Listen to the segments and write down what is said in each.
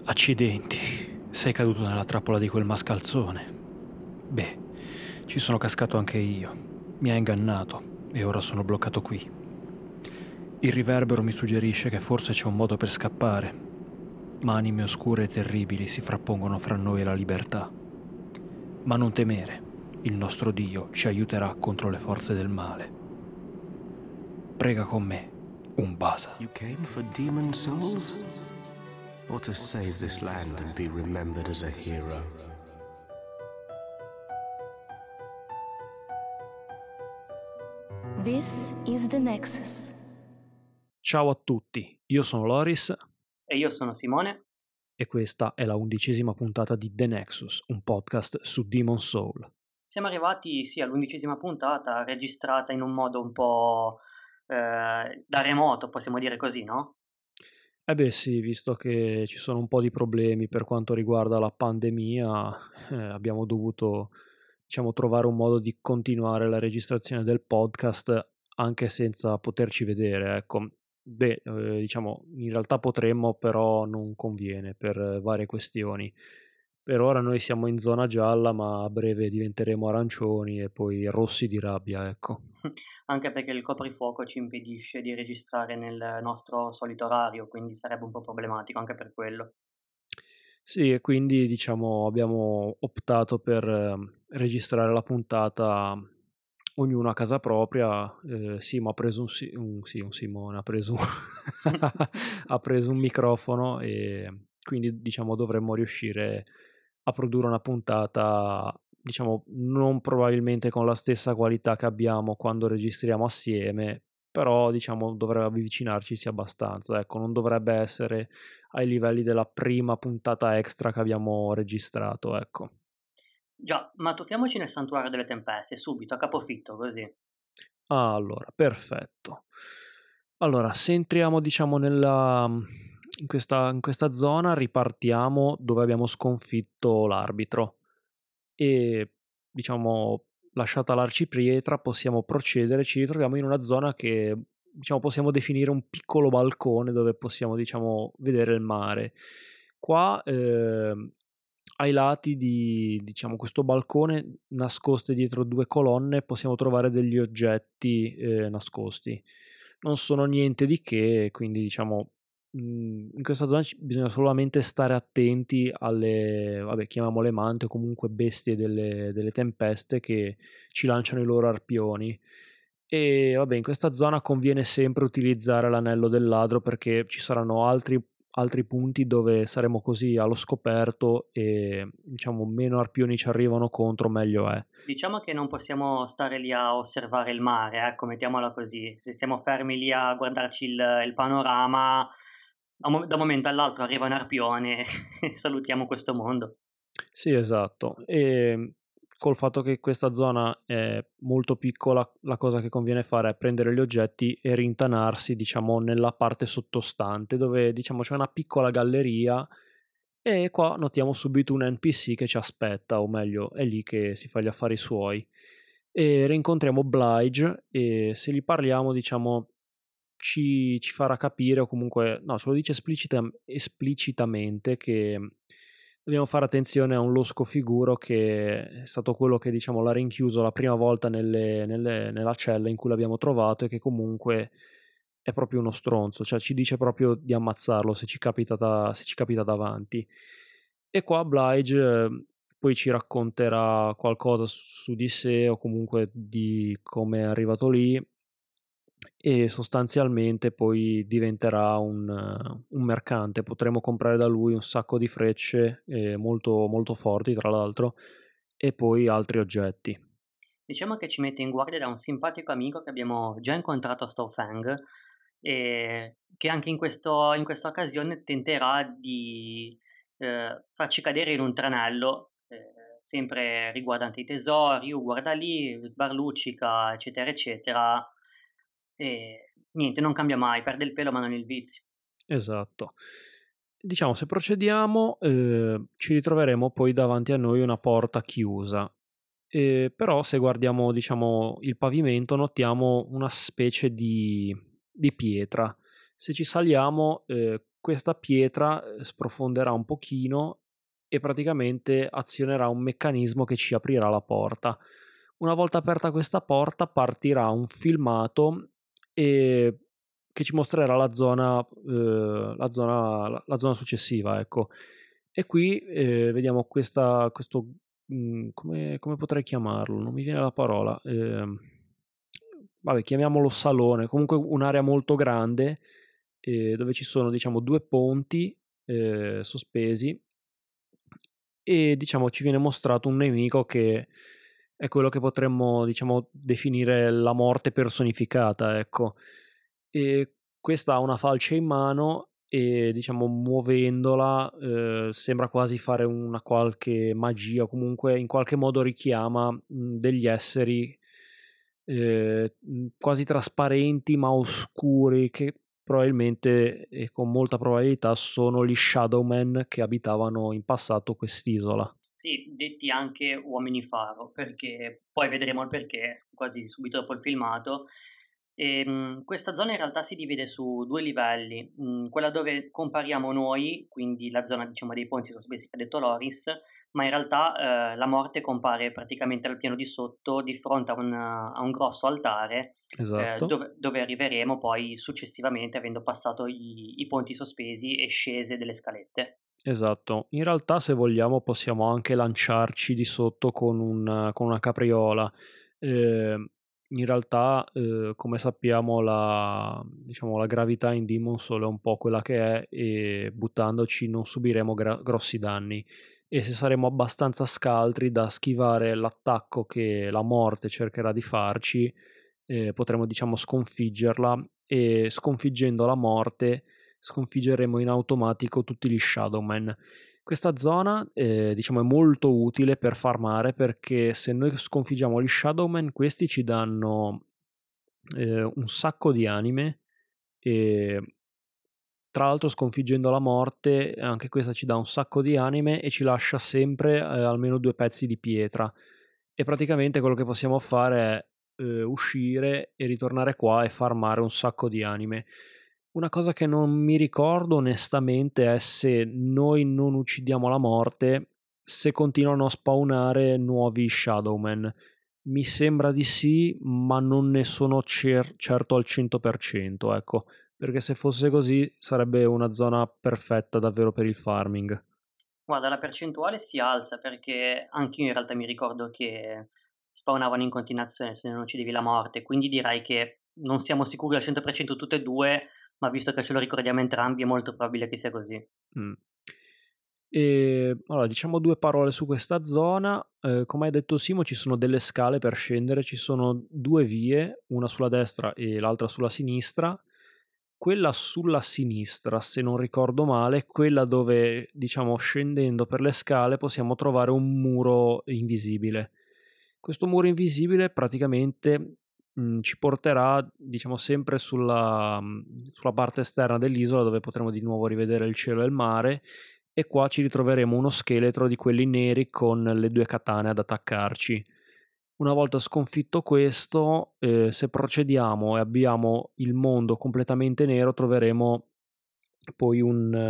Accidenti, sei caduto nella trappola di quel mascalzone. Beh, ci sono cascato anche io. Mi ha ingannato e ora sono bloccato qui. Il riverbero mi suggerisce che forse c'è un modo per scappare, ma anime oscure e terribili si frappongono fra noi e la libertà. Ma non temere, il nostro Dio ci aiuterà contro le forze del male. Prega con me, Umbasa. You came for demon souls? Or to save this land and be remembered as a hero? This is the Nexus. Ciao a tutti, io sono Loris E io sono Simone. e questa è la 11ª puntata di The Nexus, un podcast su Demon Soul. Siamo arrivati all'11ª puntata, registrata in un modo un po' da remoto, possiamo dire così, no? Eh beh sì, visto che ci sono un po' di problemi per quanto riguarda la pandemia, abbiamo dovuto, trovare un modo di continuare la registrazione del podcast anche senza poterci vedere, ecco. Beh, in realtà potremmo, però non conviene per varie questioni. Per ora noi siamo in zona gialla, ma a breve diventeremo arancioni e poi rossi di rabbia, ecco. Anche perché il coprifuoco ci impedisce di registrare nel nostro solito orario, quindi sarebbe un po' problematico anche per quello. Sì, e quindi abbiamo optato per registrare la puntata ognuno a casa propria. Simo ha preso un Simone ha preso ha preso un microfono e quindi dovremmo riuscire a produrre una puntata, non probabilmente con la stessa qualità che abbiamo quando registriamo assieme, però dovrebbe avvicinarci abbastanza, ecco, non dovrebbe essere ai livelli della prima puntata extra che abbiamo registrato, ecco. Già, ma tuffiamoci nel santuario delle tempeste, subito, a capofitto, così. Allora, perfetto. Allora, se entriamo in questa zona, ripartiamo dove abbiamo sconfitto l'arbitro e lasciata l'arcipietra possiamo procedere, ci ritroviamo in una zona che possiamo definire un piccolo balcone dove possiamo vedere il mare. Qua ai lati di questo balcone, nascoste dietro 2 colonne, possiamo trovare degli oggetti nascosti. Non sono niente di che, quindi in questa zona bisogna solamente stare attenti alle, chiamiamole mante o comunque bestie delle tempeste che ci lanciano i loro arpioni. E in questa zona conviene sempre utilizzare l'anello del ladro perché ci saranno altri punti dove saremo così allo scoperto e meno arpioni ci arrivano contro, meglio è. Diciamo che non possiamo stare lì a osservare il mare, ecco, mettiamola così. Se stiamo fermi lì a guardarci il panorama, da un momento all'altro arriva un arpione e salutiamo questo mondo. Sì, esatto. E col fatto che questa zona è molto piccola, la cosa che conviene fare è prendere gli oggetti e rintanarsi, nella parte sottostante, dove c'è una piccola galleria e qua notiamo subito un NPC che ci aspetta, o meglio, è lì che si fa gli affari suoi. E rincontriamo Blige e se gli parliamo, ci farà capire, o comunque no, ce lo dice esplicitamente che dobbiamo fare attenzione a un losco figuro che è stato quello che l'ha rinchiuso la prima volta nella cella in cui l'abbiamo trovato, e che comunque è proprio uno stronzo, cioè ci dice proprio di ammazzarlo se ci capita davanti. E qua Blige poi ci racconterà qualcosa su di sé o comunque di come è arrivato lì, e sostanzialmente poi diventerà un mercante. Potremo comprare da lui un sacco di frecce molto, molto forti, tra l'altro, e poi altri oggetti. Diciamo che ci mette in guardia da un simpatico amico che abbiamo già incontrato a Stowfang e che anche in questa occasione tenterà di farci cadere in un tranello, sempre riguardante i tesori, guarda lì, sbarluccica, eccetera, eccetera. E niente, non cambia mai, perde il pelo ma non il vizio. Esatto. Se procediamo, ci ritroveremo poi davanti a noi una porta chiusa. Però se guardiamo, il pavimento, notiamo una specie di pietra. Se ci saliamo, questa pietra sprofonderà un pochino e praticamente azionerà un meccanismo che ci aprirà la porta. Una volta aperta questa porta partirà un filmato che ci mostrerà la zona successiva, ecco. E qui vediamo questo, come potrei chiamarlo? Non mi viene la parola. Vabbè, chiamiamolo salone, comunque un'area molto grande dove ci sono, diciamo, due ponti sospesi e, diciamo, ci viene mostrato un nemico che è quello che potremmo, diciamo, definire la morte personificata, ecco. E questa ha una falce in mano e, diciamo, muovendola sembra quasi fare una qualche magia, o comunque in qualche modo richiama degli esseri quasi trasparenti ma oscuri, che probabilmente e con molta probabilità sono gli Shadowmen che abitavano in passato quest'isola. Sì, detti anche uomini faro, perché poi vedremo il perché quasi subito dopo il filmato. Questa zona in realtà si divide su due livelli, quella dove compariamo noi, quindi la zona, diciamo, dei ponti sospesi che ha detto Loris, ma in realtà la morte compare praticamente al piano di sotto, di fronte a un grosso altare, Esatto. dove arriveremo poi successivamente, avendo passato i ponti sospesi e scese delle scalette. Esatto. In realtà, se vogliamo, possiamo anche lanciarci di sotto con una capriola. In realtà, come sappiamo, diciamo, la gravità in Demon Soul è un po' quella che è e buttandoci non subiremo grossi danni. E se saremo abbastanza scaltri da schivare l'attacco che la morte cercherà di farci, potremo, diciamo, sconfiggerla e sconfiggendo la morte sconfiggeremo in automatico tutti gli Shadowmen. Questa zona, diciamo, è molto utile per farmare perché se noi sconfiggiamo gli Shadowmen, questi ci danno un sacco di anime e tra l'altro sconfiggendo la morte, anche questa ci dà un sacco di anime e ci lascia sempre almeno 2 pezzi di pietra. E praticamente quello che possiamo fare è uscire e ritornare qua e farmare un sacco di anime. Una cosa che non mi ricordo onestamente è se noi non uccidiamo la morte, se continuano a spawnare nuovi Shadowmen. Mi sembra di sì, ma non ne sono certo al 100%, ecco, perché se fosse così sarebbe una zona perfetta davvero per il farming. Guarda, la percentuale si alza perché anch'io in realtà mi ricordo che spawnavano in continuazione se non uccidevi la morte, quindi direi che non siamo sicuri al 100% tutte e due, ma visto che ce lo ricordiamo entrambi è molto probabile che sia così. Mm. E allora diciamo due parole su questa zona. Come hai detto Simo, ci sono delle scale per scendere, ci sono due vie, una sulla destra e l'altra sulla sinistra. Quella sulla sinistra, se non ricordo male, è quella dove, diciamo, scendendo per le scale possiamo trovare un muro invisibile. Questo muro invisibile praticamente ci porterà, diciamo, sempre sulla parte esterna dell'isola dove potremo di nuovo rivedere il cielo e il mare e qua ci ritroveremo uno scheletro di quelli neri con le due katane ad attaccarci. Una volta sconfitto questo, se procediamo e abbiamo il mondo completamente nero, troveremo poi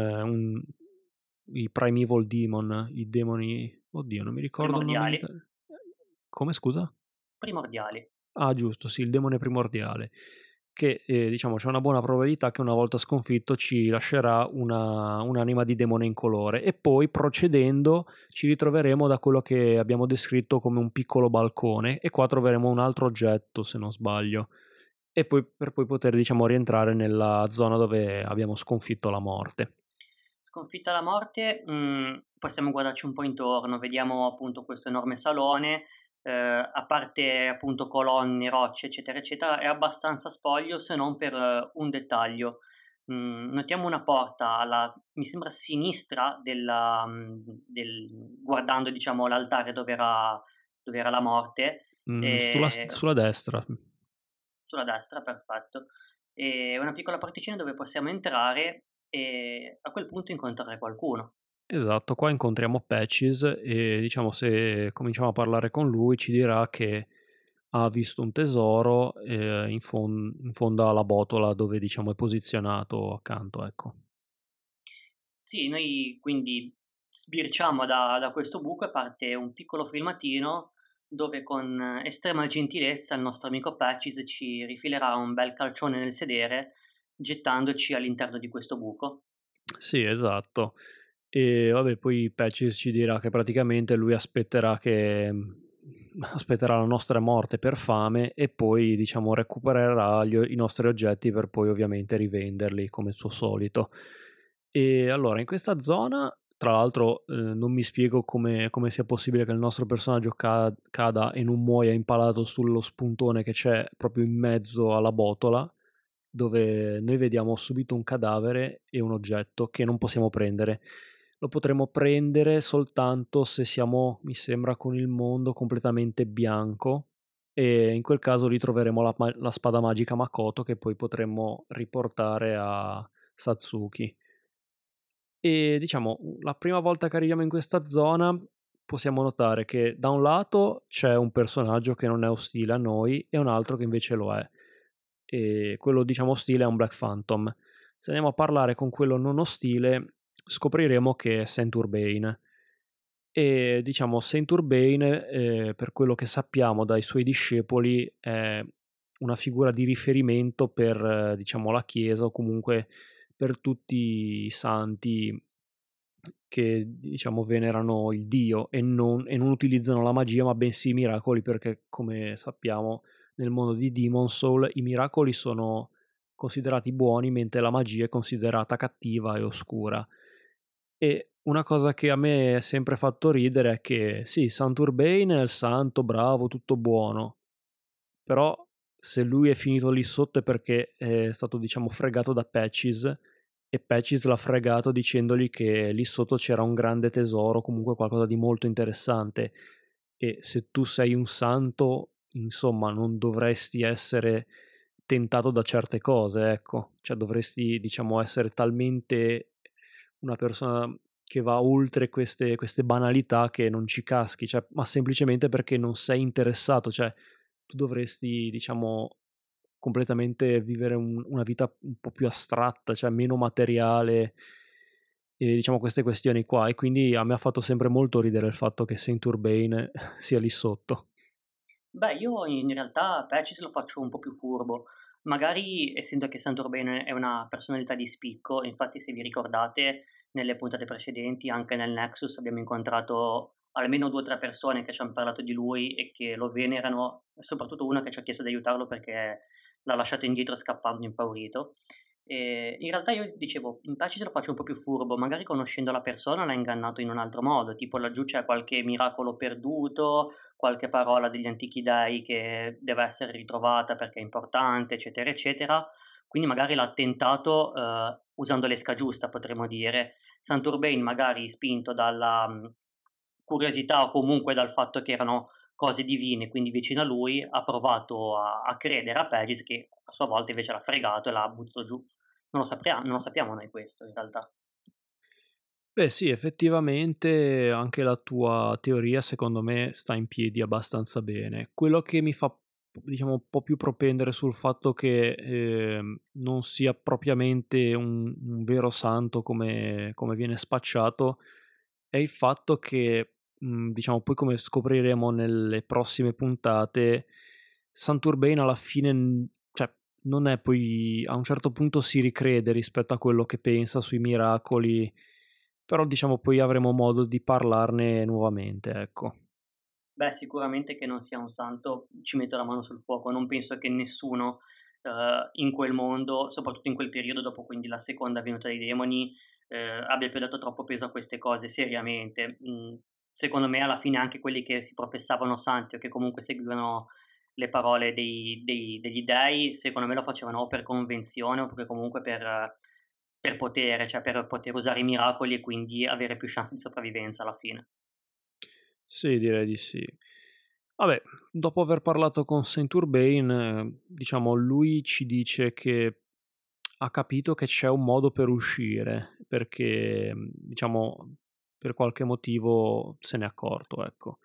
i Primeval Demon, i demoni... Oddio, non mi ricordo il nome in Primordiali. italiano. Come, scusa? Primordiali. Ah, giusto, sì, il demone primordiale, che diciamo c'è una buona probabilità che una volta sconfitto ci lascerà un'anima di demone incolore e poi procedendo ci ritroveremo da quello che abbiamo descritto come un piccolo balcone e qua troveremo un altro oggetto, se non sbaglio, e poi per poi poter, diciamo, rientrare nella zona dove abbiamo sconfitto la morte. Sconfitta la morte, possiamo guardarci un po' intorno, vediamo appunto questo enorme salone, a parte appunto colonne, rocce, eccetera, eccetera, è abbastanza spoglio se non per un dettaglio. Notiamo una porta mi sembra a sinistra guardando diciamo l'altare dove era la morte, e Sulla destra. sulla destra, perfetto. E una piccola porticina dove possiamo entrare e a quel punto incontrare qualcuno. Esatto, qua incontriamo Patches e diciamo se cominciamo a parlare con lui ci dirà che ha visto un tesoro in fondo alla botola dove diciamo è posizionato accanto, ecco. Sì, noi quindi sbirciamo da questo buco e parte un piccolo filmatino dove con estrema gentilezza il nostro amico Patches ci rifilerà un bel calcione nel sedere gettandoci all'interno di questo buco. Sì, esatto. E vabbè, poi Patches ci dirà che praticamente lui aspetterà la nostra morte per fame e poi, diciamo, recupererà i nostri oggetti per poi ovviamente rivenderli come il suo solito. E allora, in questa zona, tra l'altro, non mi spiego come sia possibile che il nostro personaggio cada e non muoia impalato sullo spuntone che c'è proprio in mezzo alla botola, dove noi vediamo subito un cadavere e un oggetto che non possiamo prendere. Lo potremo prendere soltanto se siamo, mi sembra, con il mondo completamente bianco, e in quel caso lì troveremo la spada magica Makoto che poi potremmo riportare a Satsuki. E diciamo, la prima volta che arriviamo in questa zona possiamo notare che da un lato c'è un personaggio che non è ostile a noi e un altro che invece lo è. E quello, diciamo, ostile è un Black Phantom. Se andiamo a parlare con quello non ostile, scopriremo che è Saint Urbane. E diciamo, Saint Urbane, per quello che sappiamo dai suoi discepoli, è una figura di riferimento per, diciamo, la Chiesa o comunque per tutti i santi che, diciamo, venerano il Dio e non utilizzano la magia, ma bensì i miracoli, perché come sappiamo nel mondo di Demon Soul i miracoli sono considerati buoni, mentre la magia è considerata cattiva e oscura. E una cosa che a me ha sempre fatto ridere è che sì, Sant'Urbane è il santo, bravo, tutto buono, però se lui è finito lì sotto è perché è stato, diciamo, fregato da Patches e Patches l'ha fregato dicendogli che lì sotto c'era un grande tesoro, comunque qualcosa di molto interessante. E se tu sei un santo, insomma, non dovresti essere tentato da certe cose, ecco. Cioè dovresti, diciamo, essere talmente una persona che va oltre queste banalità che non ci caschi, cioè, ma semplicemente perché non sei interessato, cioè tu dovresti, diciamo, completamente vivere una vita un po' più astratta, cioè meno materiale, e diciamo queste questioni qua. E quindi a me ha fatto sempre molto ridere il fatto che Saint Urbane sia lì sotto. Beh, io in realtà Patches lo faccio un po' più furbo. Magari, essendo che Sant'Urbane è una personalità di spicco, infatti se vi ricordate, nelle puntate precedenti, anche nel Nexus, abbiamo incontrato almeno 2 o 3 persone che ci han parlato di lui e che lo venerano, e soprattutto una che ci ha chiesto di aiutarlo perché l'ha lasciato indietro scappando impaurito. In realtà io dicevo, in Patches lo faccio un po' più furbo, magari conoscendo la persona l'ha ingannato in un altro modo, tipo laggiù c'è qualche miracolo perduto, qualche parola degli antichi dei che deve essere ritrovata perché è importante, eccetera, eccetera. Quindi magari l'ha tentato usando l'esca giusta, potremmo dire. Sant'Urbane, magari spinto dalla curiosità o comunque dal fatto che erano cose divine, quindi vicino a lui, ha provato a credere a Pegis che a sua volta invece l'ha fregato e l'ha buttato giù. Non lo sappiamo noi questo in realtà. Beh sì, effettivamente anche la tua teoria secondo me sta in piedi abbastanza bene. Quello che mi fa, diciamo, un po' più propendere sul fatto che non sia propriamente un vero santo come viene spacciato è il fatto che, diciamo, poi come scopriremo nelle prossime puntate, Sant'Urbane alla fine, cioè, non è poi, a un certo punto si ricrede rispetto a quello che pensa sui miracoli, però diciamo poi avremo modo di parlarne nuovamente, ecco. Beh, sicuramente che non sia un santo, ci metto la mano sul fuoco. Non penso che nessuno in quel mondo, soprattutto in quel periodo, dopo quindi la seconda venuta dei demoni, abbia più dato troppo peso a queste cose seriamente. Secondo me, alla fine, anche quelli che si professavano santi o che comunque seguivano le parole degli dei, secondo me lo facevano o per convenzione o perché comunque per potere, cioè per poter usare i miracoli e quindi avere più chance di sopravvivenza alla fine. Sì, direi di sì. Vabbè, dopo aver parlato con Saint Urbane, diciamo, lui ci dice che ha capito che c'è un modo per uscire, perché, diciamo, per qualche motivo se n'è accorto, ecco.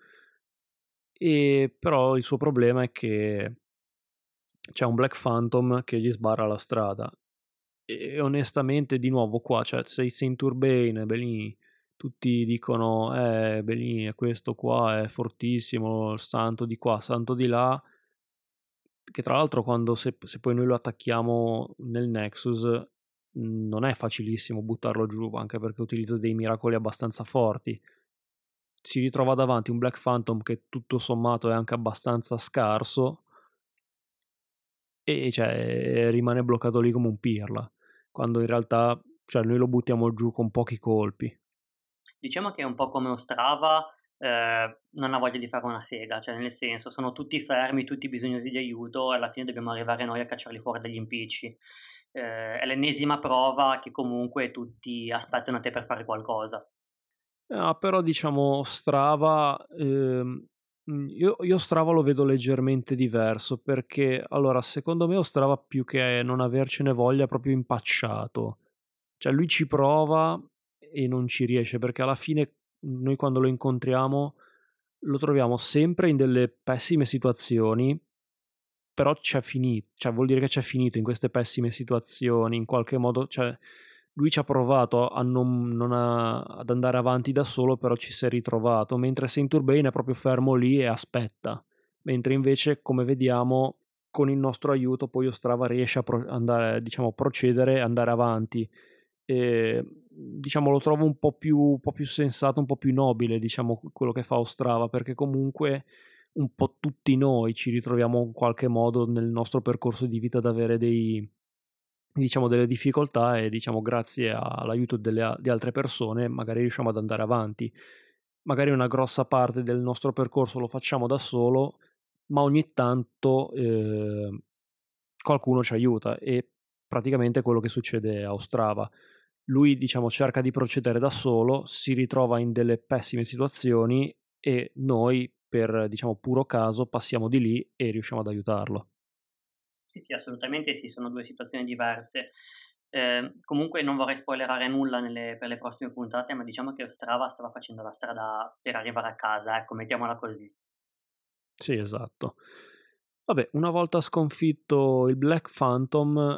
E però il suo problema è che c'è un Black Phantom che gli sbarra la strada. E onestamente, di nuovo qua, cioè sei Saint Urbane, Belin, tutti dicono Belin è questo qua, è fortissimo, il santo di qua, santo di là, che tra l'altro quando se poi noi lo attacchiamo nel Nexus non è facilissimo buttarlo giù, anche perché utilizza dei miracoli abbastanza forti. Si ritrova davanti un Black Phantom che tutto sommato è anche abbastanza scarso e cioè, rimane bloccato lì come un pirla, quando in realtà cioè, noi lo buttiamo giù con pochi colpi. Diciamo che è un po' come Ostrava, non ha voglia di fare una sega, cioè nel senso sono tutti fermi, tutti bisognosi di aiuto e alla fine dobbiamo arrivare noi a cacciarli fuori dagli impicci. È l'ennesima prova che comunque tutti aspettano te per fare qualcosa. Però diciamo Strava, io Strava lo vedo leggermente diverso perché allora secondo me Ostrava più che non avercene voglia è proprio impacciato, cioè lui ci prova e non ci riesce perché alla fine noi quando lo incontriamo lo troviamo sempre in delle pessime situazioni, però c'è finito, cioè vuol dire che c'è finito in queste pessime situazioni, in qualche modo, cioè lui ci ha provato a ad andare avanti da solo, però ci si è ritrovato, mentre Saint Urbane è proprio fermo lì e aspetta, mentre invece, come vediamo, con il nostro aiuto poi Ostrava riesce a andare, diciamo, procedere e andare avanti. E, diciamo, lo trovo un po' più sensato, un po' più nobile, diciamo, quello che fa Ostrava, perché comunque un po' tutti noi ci ritroviamo in qualche modo nel nostro percorso di vita ad avere diciamo, delle difficoltà e diciamo grazie all'aiuto di altre persone magari riusciamo ad andare avanti. Magari una grossa parte del nostro percorso lo facciamo da solo, ma ogni tanto qualcuno ci aiuta e praticamente è quello che succede a Ostrava. Lui, diciamo, cerca di procedere da solo, si ritrova in delle pessime situazioni e noi, per, diciamo, puro caso, passiamo di lì e riusciamo ad aiutarlo. Sì, sì, assolutamente sì, sono due situazioni diverse. Comunque non vorrei spoilerare nulla per le prossime puntate, ma diciamo che Ostrava stava facendo la strada per arrivare a casa, ecco, mettiamola così. Sì, esatto. Vabbè, una volta sconfitto il Black Phantom,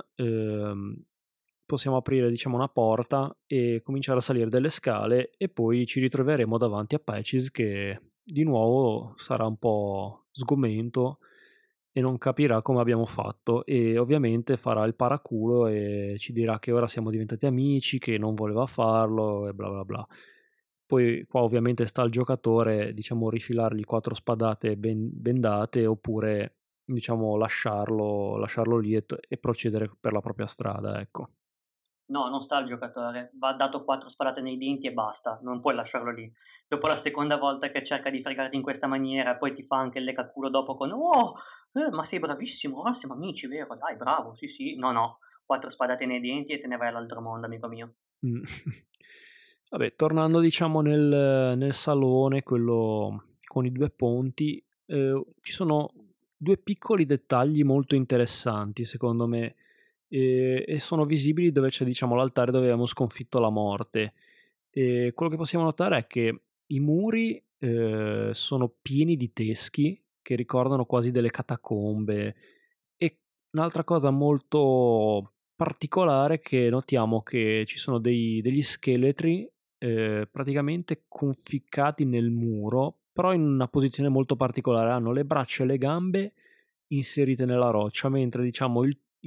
possiamo aprire, diciamo, una porta e cominciare a salire delle scale e poi ci ritroveremo davanti a Patches che di nuovo sarà un po' sgomento e non capirà come abbiamo fatto e ovviamente farà il paraculo e ci dirà che ora siamo diventati amici, che non voleva farlo e bla bla bla. Poi qua ovviamente sta al giocatore, diciamo, rifilargli 4 spadate bendate oppure, diciamo, lasciarlo lì e procedere per la propria strada, ecco. No, non sta al giocatore, va dato 4 spadate nei denti e basta, non puoi lasciarlo lì. Dopo la seconda volta che cerca di fregarti in questa maniera e poi ti fa anche il leccaculo dopo con «Oh, ma sei bravissimo, ora siamo amici, vero? Dai, bravo, sì sì». No, no, 4 spadate nei denti e te ne vai all'altro mondo, amico mio. Mh. Vabbè, tornando diciamo nel salone, quello con i 2 ponti, ci sono 2 piccoli dettagli molto interessanti secondo me, e sono visibili dove c'è diciamo l'altare dove abbiamo sconfitto la morte. Quello che possiamo notare è che i muri, sono pieni di teschi che ricordano quasi delle catacombe e un'altra cosa molto particolare che notiamo che ci sono degli scheletri, praticamente conficcati nel muro, però in una posizione molto particolare. Hanno le braccia e le gambe inserite nella roccia, mentre diciamo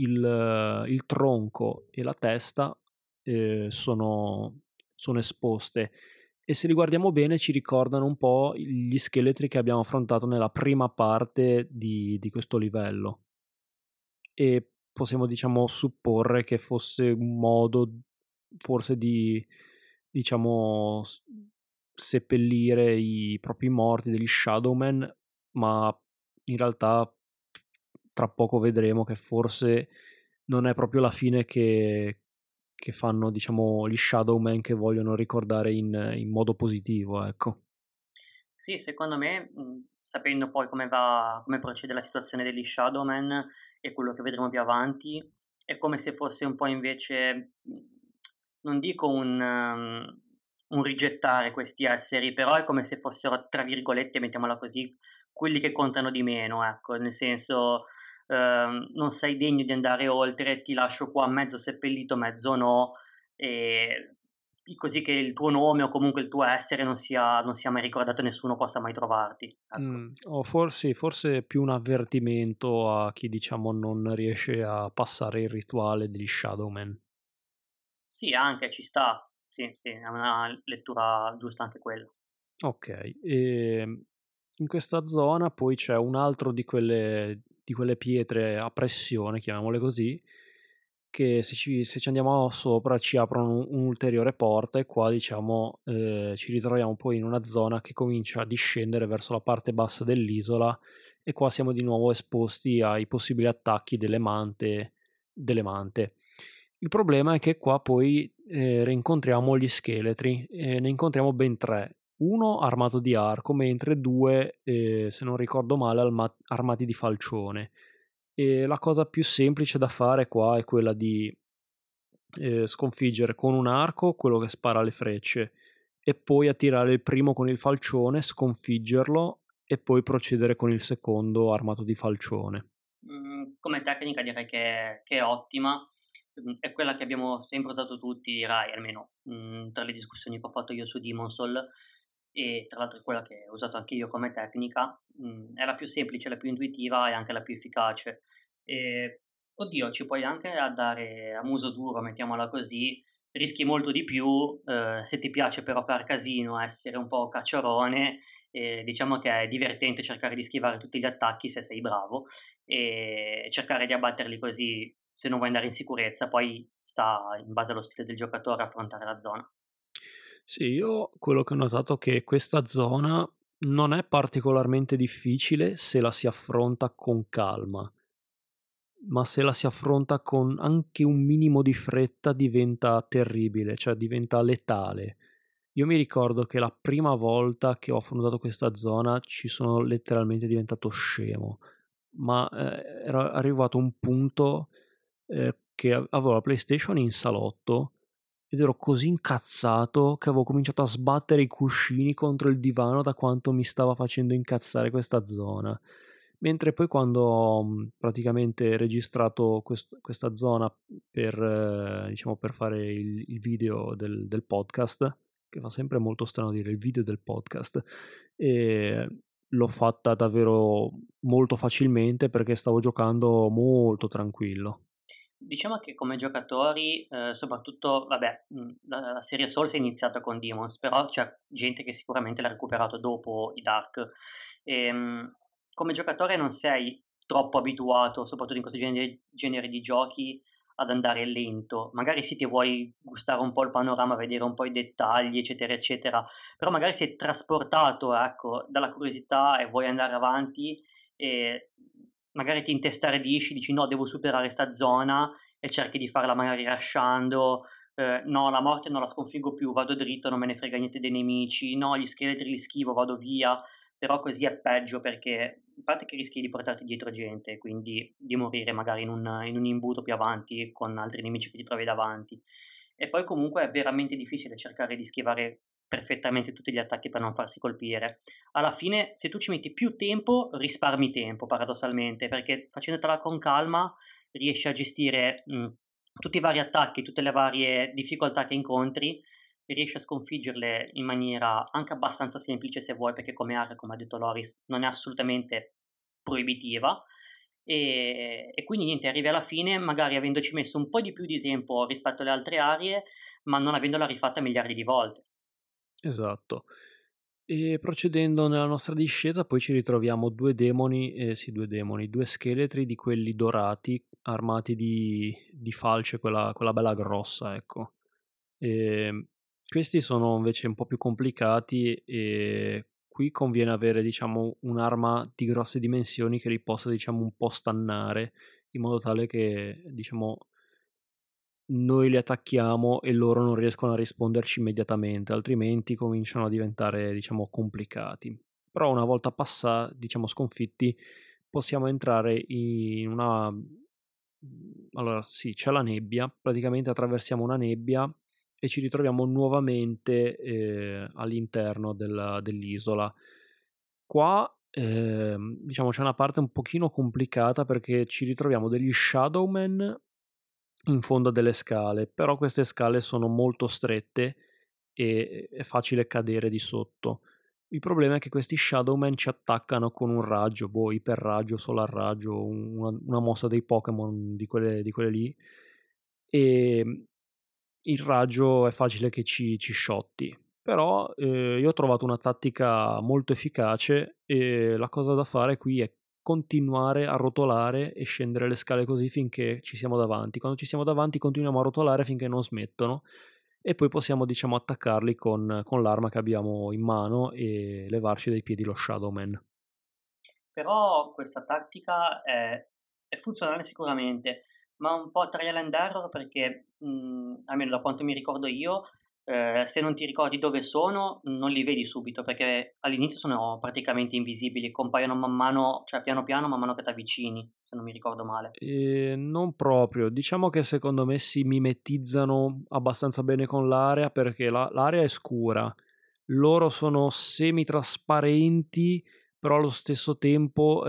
il tronco e la testa, sono esposte. E se li guardiamo bene ci ricordano un po' gli scheletri che abbiamo affrontato nella prima parte di questo livello. E possiamo, diciamo, supporre che fosse un modo forse di, diciamo, seppellire i propri morti degli Shadowmen, ma in realtà tra poco vedremo che forse non è proprio la fine che fanno, diciamo, gli Shadowmen che vogliono ricordare in modo positivo, ecco. Sì, secondo me, sapendo poi come procede la situazione degli Shadowmen e quello che vedremo più avanti, è come se fosse un po' invece, non dico un rigettare questi esseri, però è come se fossero, tra virgolette, mettiamola così, quelli che contano di meno, ecco, nel senso, non sei degno di andare oltre, ti lascio qua mezzo seppellito, mezzo no, e così che il tuo nome o comunque il tuo essere non sia mai ricordato e nessuno possa mai trovarti, ecco. O forse più un avvertimento a chi, diciamo, non riesce a passare il rituale degli Shadowmen. Sì, anche, ci sta. Sì, è una lettura giusta anche quella. Ok, in questa zona poi c'è un altro di quelle pietre a pressione, chiamiamole così, che se ci andiamo sopra ci aprono un'ulteriore porta e qua, diciamo, ci ritroviamo poi in una zona che comincia a discendere verso la parte bassa dell'isola e qua siamo di nuovo esposti ai possibili attacchi delle mante. Il problema è che qua poi rincontriamo gli scheletri, ne incontriamo ben 3. Uno armato di arco, mentre 2, se non ricordo male, armati di falcione. E la cosa più semplice da fare qua è quella di sconfiggere con un arco quello che spara le frecce e poi attirare il primo con il falcione, sconfiggerlo e poi procedere con il secondo armato di falcione. Come tecnica direi che è ottima, è quella che abbiamo sempre usato tutti, direi, almeno tra le discussioni che ho fatto io su Demon's Soul, e tra l'altro è quella che ho usato anche io come tecnica. È la più semplice, la più intuitiva e anche la più efficace. E, oddio, ci puoi anche dare a muso duro, mettiamola così, rischi molto di più, se ti piace però far casino, essere un po' cacciarone, diciamo che è divertente cercare di schivare tutti gli attacchi se sei bravo e cercare di abbatterli così se non vuoi andare in sicurezza, poi sta in base allo stile del giocatore affrontare la zona. Sì, io quello che ho notato è che questa zona non è particolarmente difficile se la si affronta con calma, ma se la si affronta con anche un minimo di fretta diventa terribile, cioè diventa letale. Io mi ricordo che la prima volta che ho affrontato questa zona ci sono letteralmente diventato scemo, ma ero arrivato a un punto che avevo la PlayStation in salotto ed ero così incazzato che avevo cominciato a sbattere i cuscini contro il divano da quanto mi stava facendo incazzare questa zona. Mentre poi quando ho praticamente registrato questa zona diciamo, per fare il video del podcast, che fa sempre molto strano dire il video del podcast, e l'ho fatta davvero molto facilmente perché stavo giocando molto tranquillo. Diciamo che come giocatori, soprattutto, vabbè, la serie Souls è iniziata con Demons, però c'è gente che sicuramente l'ha recuperato dopo i Dark. Come giocatore non sei troppo abituato, soprattutto in questo genere di giochi, ad andare lento. Magari sì, ti vuoi gustare un po' il panorama, vedere un po' i dettagli, eccetera, eccetera, però magari sei trasportato, ecco, dalla curiosità e vuoi andare avanti e magari ti intestardisci, dici no, devo superare sta zona e cerchi di farla magari rushando, no, la morte non la sconfiggo più, vado dritto, non me ne frega niente dei nemici, no, gli scheletri li schivo, vado via, però così è peggio perché, a parte che rischi di portarti dietro gente, quindi di morire magari in un imbuto più avanti con altri nemici che ti trovi davanti. E poi comunque è veramente difficile cercare di schivare perfettamente tutti gli attacchi per non farsi colpire. Alla fine, se tu ci metti più tempo, risparmi tempo, paradossalmente, perché facendotela con calma riesci a gestire tutti i vari attacchi, tutte le varie difficoltà che incontri, e riesci a sconfiggerle in maniera anche abbastanza semplice se vuoi, perché come area, come ha detto Loris, non è assolutamente proibitiva. E quindi niente, arrivi alla fine magari avendoci messo un po' di più di tempo rispetto alle altre aree, ma non avendola rifatta miliardi di volte. Esatto. E procedendo nella nostra discesa poi ci ritroviamo due demoni, due scheletri di quelli dorati armati di falce, quella bella grossa, ecco. Questi sono invece un po' più complicati e qui conviene avere, diciamo, un'arma di grosse dimensioni che li possa, diciamo, un po' stannare in modo tale che, diciamo, noi li attacchiamo e loro non riescono a risponderci immediatamente, altrimenti cominciano a diventare, diciamo, complicati. Però una volta diciamo, sconfitti, possiamo entrare in una... Allora, sì, c'è la nebbia, praticamente attraversiamo una nebbia e ci ritroviamo nuovamente all'interno dell'isola. Qua diciamo c'è una parte un pochino complicata perché ci ritroviamo degli Shadowmen in fondo a delle scale, però queste scale sono molto strette e è facile cadere di sotto. Il problema è che questi Shadowmen ci attaccano con un raggio, iperraggio, solar raggio, una mossa dei Pokémon di quelle lì, e il raggio è facile che ci shotti. Però io ho trovato una tattica molto efficace e la cosa da fare qui è continuare a rotolare e scendere le scale così finché ci siamo davanti. Quando ci siamo davanti continuiamo a rotolare finché non smettono e poi possiamo, diciamo, attaccarli con l'arma che abbiamo in mano e levarci dai piedi lo Shadowman. Però questa tattica è funzionale sicuramente, ma un po' trial and error perché, almeno da quanto mi ricordo io, se non ti ricordi dove sono, non li vedi subito, perché all'inizio sono praticamente invisibili, compaiono man mano, cioè piano piano man mano che ti avvicini, se non mi ricordo male. Non proprio, diciamo che secondo me si mimetizzano abbastanza bene con l'area perché l'area è scura, loro sono semitrasparenti, però allo stesso tempo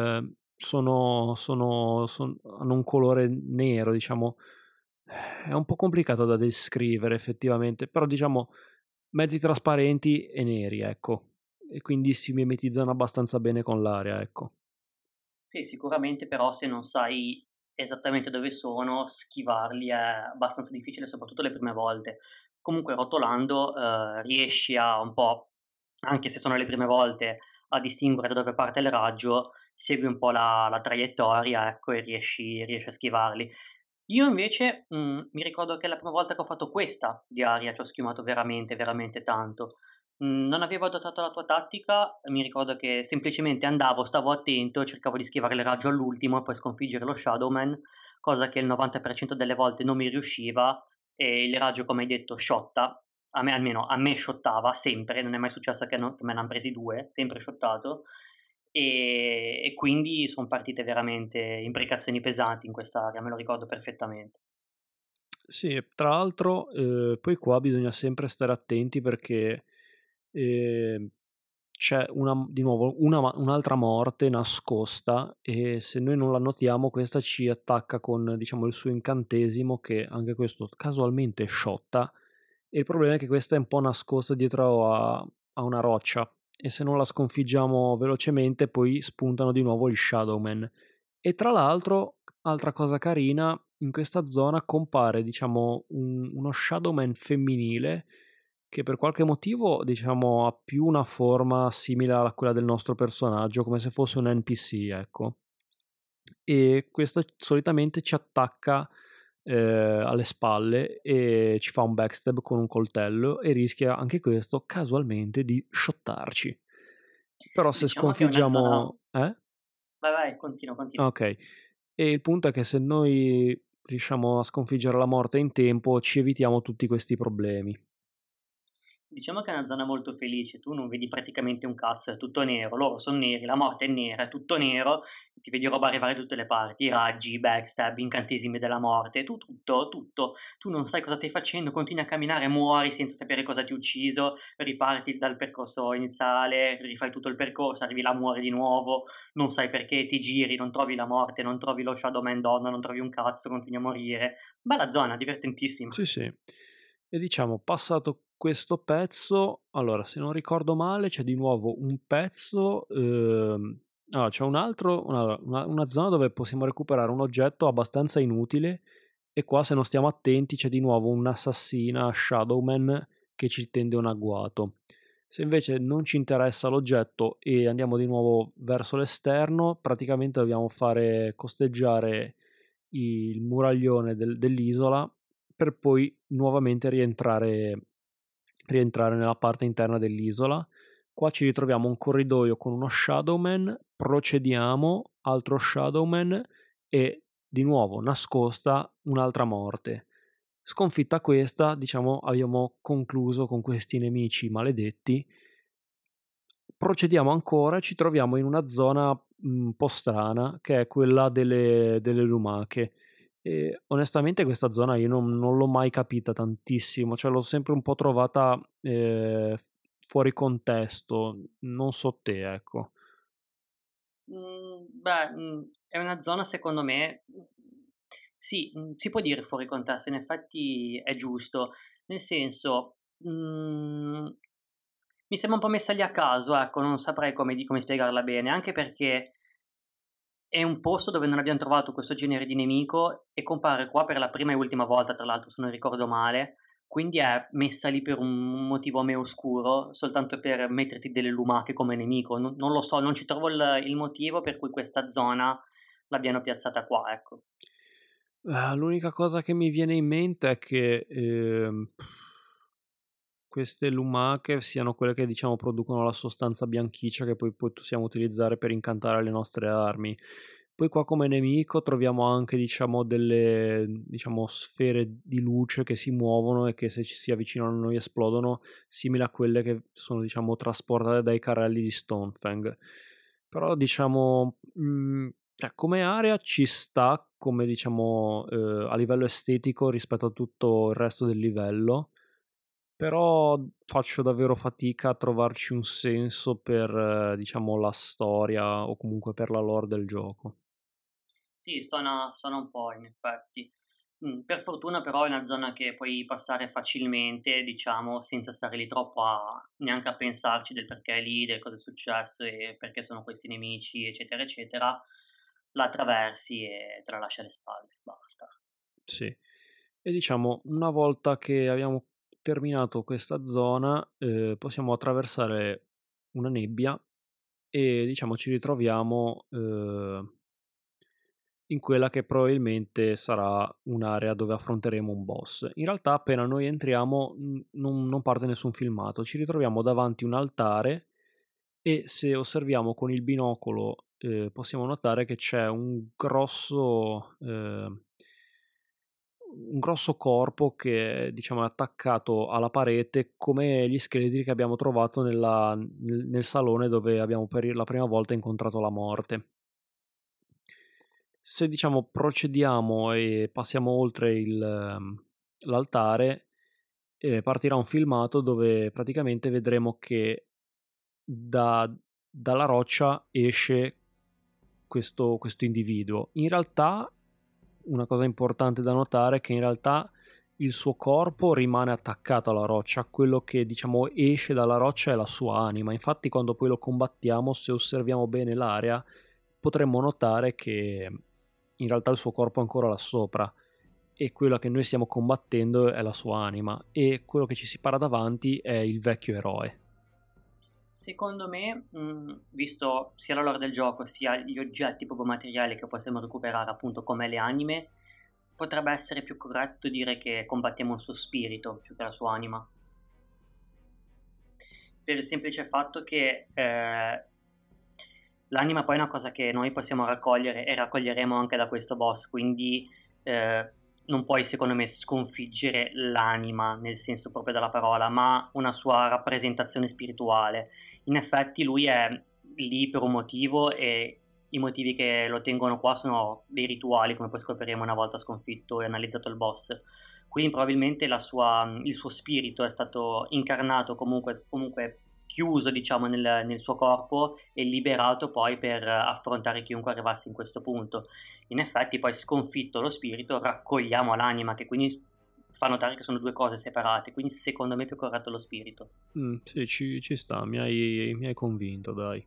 hanno un colore nero, diciamo. È un po' complicato da descrivere effettivamente, però diciamo mezzi trasparenti e neri, ecco, e quindi si mimetizzano abbastanza bene con l'area, ecco. Sì, sicuramente, però se non sai esattamente dove sono, schivarli è abbastanza difficile, soprattutto le prime volte. Comunque rotolando riesci a un po', anche se sono le prime volte, a distinguere da dove parte il raggio, segui un po' la traiettoria, ecco, e riesci a schivarli. Io invece mi ricordo che la prima volta che ho fatto questa di aria ci ho schiumato veramente, veramente tanto. Non avevo adottato la tua tattica, mi ricordo che semplicemente andavo, stavo attento, cercavo di schivare il raggio all'ultimo e poi sconfiggere lo Shadowman, cosa che il 90% delle volte non mi riusciva e il raggio, come hai detto, shotta. A me, almeno a me shottava sempre, non è mai successo che me ne hanno presi due, sempre shottato. E quindi sono partite veramente imprecazioni pesanti in quest'area, me lo ricordo perfettamente. Sì, e tra l'altro, poi qua bisogna sempre stare attenti perché ehm, c'è di nuovo un'altra morte nascosta e se noi non la notiamo questa ci attacca con, diciamo, il suo incantesimo che anche questo casualmente sciotta e il problema è che questa è un po' nascosta dietro a una roccia e se non la sconfiggiamo velocemente poi spuntano di nuovo gli Shadowmen. E tra l'altro, altra cosa carina, in questa zona compare, diciamo, uno Shadowman femminile che per qualche motivo, diciamo, ha più una forma simile a quella del nostro personaggio, come se fosse un NPC, ecco. E questo solitamente ci attacca alle spalle e ci fa un backstab con un coltello e rischia anche questo casualmente di shottarci. Però se Diciamo che è una zona... sconfiggiamo... Vai, vai, continua, Ah, continua. ok. E il punto è che se noi riusciamo a sconfiggere la morte in tempo, ci evitiamo tutti questi problemi. Diciamo che è una zona molto felice, tu non vedi praticamente un cazzo, è tutto nero, loro sono neri, la morte è nera, è tutto nero, ti vedi roba arrivare da tutte le parti, i raggi, i backstab, incantesimi della morte, tutto, tu non sai cosa stai facendo, continui a camminare, muori senza sapere cosa ti ha ucciso, riparti dal percorso iniziale, rifai tutto il percorso, arrivi là, muori di nuovo, non sai perché, ti giri, non trovi la morte, non trovi lo Shadowman donna, non trovi un cazzo, continui a morire, bella zona, divertentissima. Sì, sì. E diciamo, passato questo pezzo, allora, se non ricordo male, c'è di nuovo un pezzo, allora, c'è una zona dove possiamo recuperare un oggetto abbastanza inutile e qua, se non stiamo attenti, c'è di nuovo un'assassina Shadowman che ci tende un agguato. Se invece non ci interessa l'oggetto e andiamo di nuovo verso l'esterno, praticamente dobbiamo fare costeggiare il muraglione dell'isola per poi nuovamente rientrare nella parte interna dell'isola. Qua ci ritroviamo un corridoio con uno Shadowman, procediamo, altro Shadowman e di nuovo nascosta un'altra morte. Sconfitta questa, diciamo, abbiamo concluso con questi nemici maledetti. Procediamo ancora e ci troviamo in una zona un po' strana, che è quella delle lumache. E onestamente questa zona io non l'ho mai capita tantissimo, cioè l'ho sempre un po' trovata fuori contesto, non so te, ecco. È una zona secondo me, sì, si può dire fuori contesto, in effetti è giusto. Nel senso, mi sembra un po' messa lì a caso, ecco, non saprei come spiegarla bene, anche perché è un posto dove non abbiam trovato questo genere di nemico e compare qua per la prima e ultima volta, tra l'altro, se non ricordo male, quindi è messa lì per un motivo a me oscuro, soltanto per metterti delle lumache come nemico. Non lo so, non ci trovo il motivo per cui questa zona l'abbiano piazzata qua, ecco. L'unica cosa che mi viene in mente è che queste lumache siano quelle che diciamo producono la sostanza bianchiccia che poi possiamo utilizzare per incantare le nostre armi. Poi qua come nemico troviamo anche diciamo delle diciamo sfere di luce che si muovono e che se ci si avvicinano a noi esplodono, simili a quelle che sono diciamo trasportate dai carrelli di Stonefang. Però diciamo cioè, come area ci sta come diciamo a livello estetico rispetto a tutto il resto del livello, però faccio davvero fatica a trovarci un senso per diciamo la storia o comunque per la lore del gioco. Sì, stona un po' in effetti. Per fortuna però è una zona che puoi passare facilmente, diciamo, senza stare lì troppo neanche a pensarci del perché è lì, del cosa è successo e perché sono questi nemici, eccetera, eccetera. La attraversi e te la lasci alle spalle, basta. Sì. E diciamo, una volta che abbiamo terminato questa zona, possiamo attraversare una nebbia e diciamo ci ritroviamo in quella che probabilmente sarà un'area dove affronteremo un boss. In realtà appena noi entriamo non parte nessun filmato, ci ritroviamo davanti un altare e se osserviamo con il binocolo possiamo notare che c'è un grosso corpo che diciamo è attaccato alla parete come gli scheletri che abbiamo trovato nel salone dove abbiamo per la prima volta incontrato la morte. Se diciamo procediamo e passiamo oltre l'altare, partirà un filmato dove praticamente vedremo che dalla roccia esce questo individuo. In realtà, una cosa importante da notare è che in realtà il suo corpo rimane attaccato alla roccia, quello che diciamo esce dalla roccia è la sua anima. Infatti, quando poi lo combattiamo, se osserviamo bene l'area, potremmo notare che in realtà il suo corpo è ancora là sopra e quella che noi stiamo combattendo è la sua anima e quello che ci si para davanti è il vecchio eroe. Secondo me, visto sia la lore del gioco sia gli oggetti proprio materiali che possiamo recuperare appunto come le anime, potrebbe essere più corretto dire che combattiamo il suo spirito più che la sua anima. Per il semplice fatto che l'anima poi è una cosa che noi possiamo raccogliere e raccoglieremo anche da questo boss, quindi non puoi secondo me sconfiggere l'anima nel senso proprio della parola, ma una sua rappresentazione spirituale. In effetti lui è lì per un motivo e i motivi che lo tengono qua sono dei rituali, come poi scopriremo una volta sconfitto e analizzato il boss. Quindi probabilmente il suo spirito è stato incarnato comunque chiuso diciamo nel suo corpo e liberato poi per affrontare chiunque arrivasse in questo punto. In effetti poi sconfitto lo spirito raccogliamo l'anima, che quindi fa notare che sono due cose separate, quindi secondo me è più corretto lo spirito. Sì, ci sta, mi hai convinto, dai.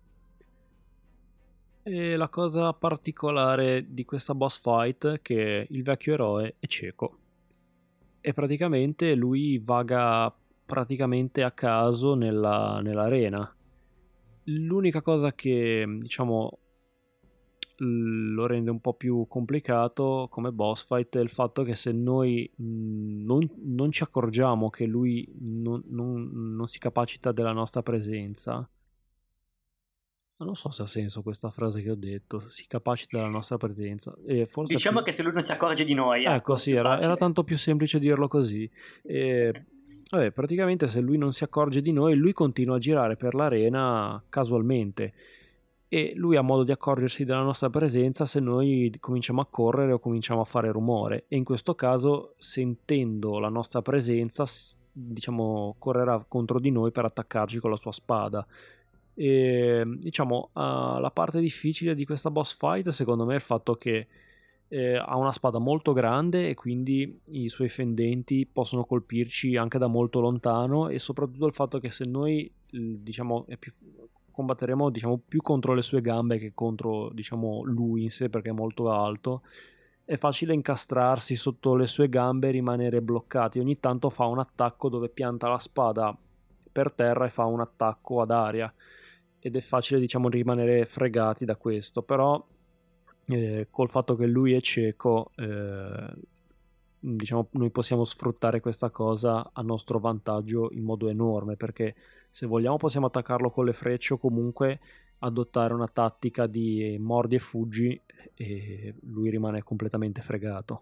E la cosa particolare di questa boss fight è che il vecchio eroe è cieco e praticamente lui vaga praticamente a caso nell'arena. L'unica cosa che diciamo lo rende un po' più complicato come boss fight è il fatto che se noi non ci accorgiamo che lui non si capacita della nostra presenza. Non so se ha senso questa frase che ho detto, si capacita della nostra presenza. E forse Diciamo che se lui non si accorge di noi, ecco, ecco, sì, più era facile. tanto più semplice dirlo così. Vabbè, praticamente se lui non si accorge di noi, lui continua a girare per l'arena casualmente e lui ha modo di accorgersi della nostra presenza se noi cominciamo a correre o cominciamo a fare rumore e in questo caso, sentendo la nostra presenza, diciamo, correrà contro di noi per attaccarci con la sua spada. E diciamo la parte difficile di questa boss fight secondo me è il fatto che ha una spada molto grande e quindi i suoi fendenti possono colpirci anche da molto lontano, e soprattutto il fatto che se noi diciamo combatteremo diciamo più contro le sue gambe che contro diciamo lui in sé, perché è molto alto, è facile incastrarsi sotto le sue gambe e rimanere bloccati. Ogni tanto fa un attacco dove pianta la spada per terra e fa un attacco ad aria, ed è facile diciamo rimanere fregati da questo. Però col fatto che lui è cieco, diciamo noi possiamo sfruttare questa cosa a nostro vantaggio in modo enorme, perché se vogliamo possiamo attaccarlo con le frecce o comunque adottare una tattica di mordi e fuggi, e lui rimane completamente fregato.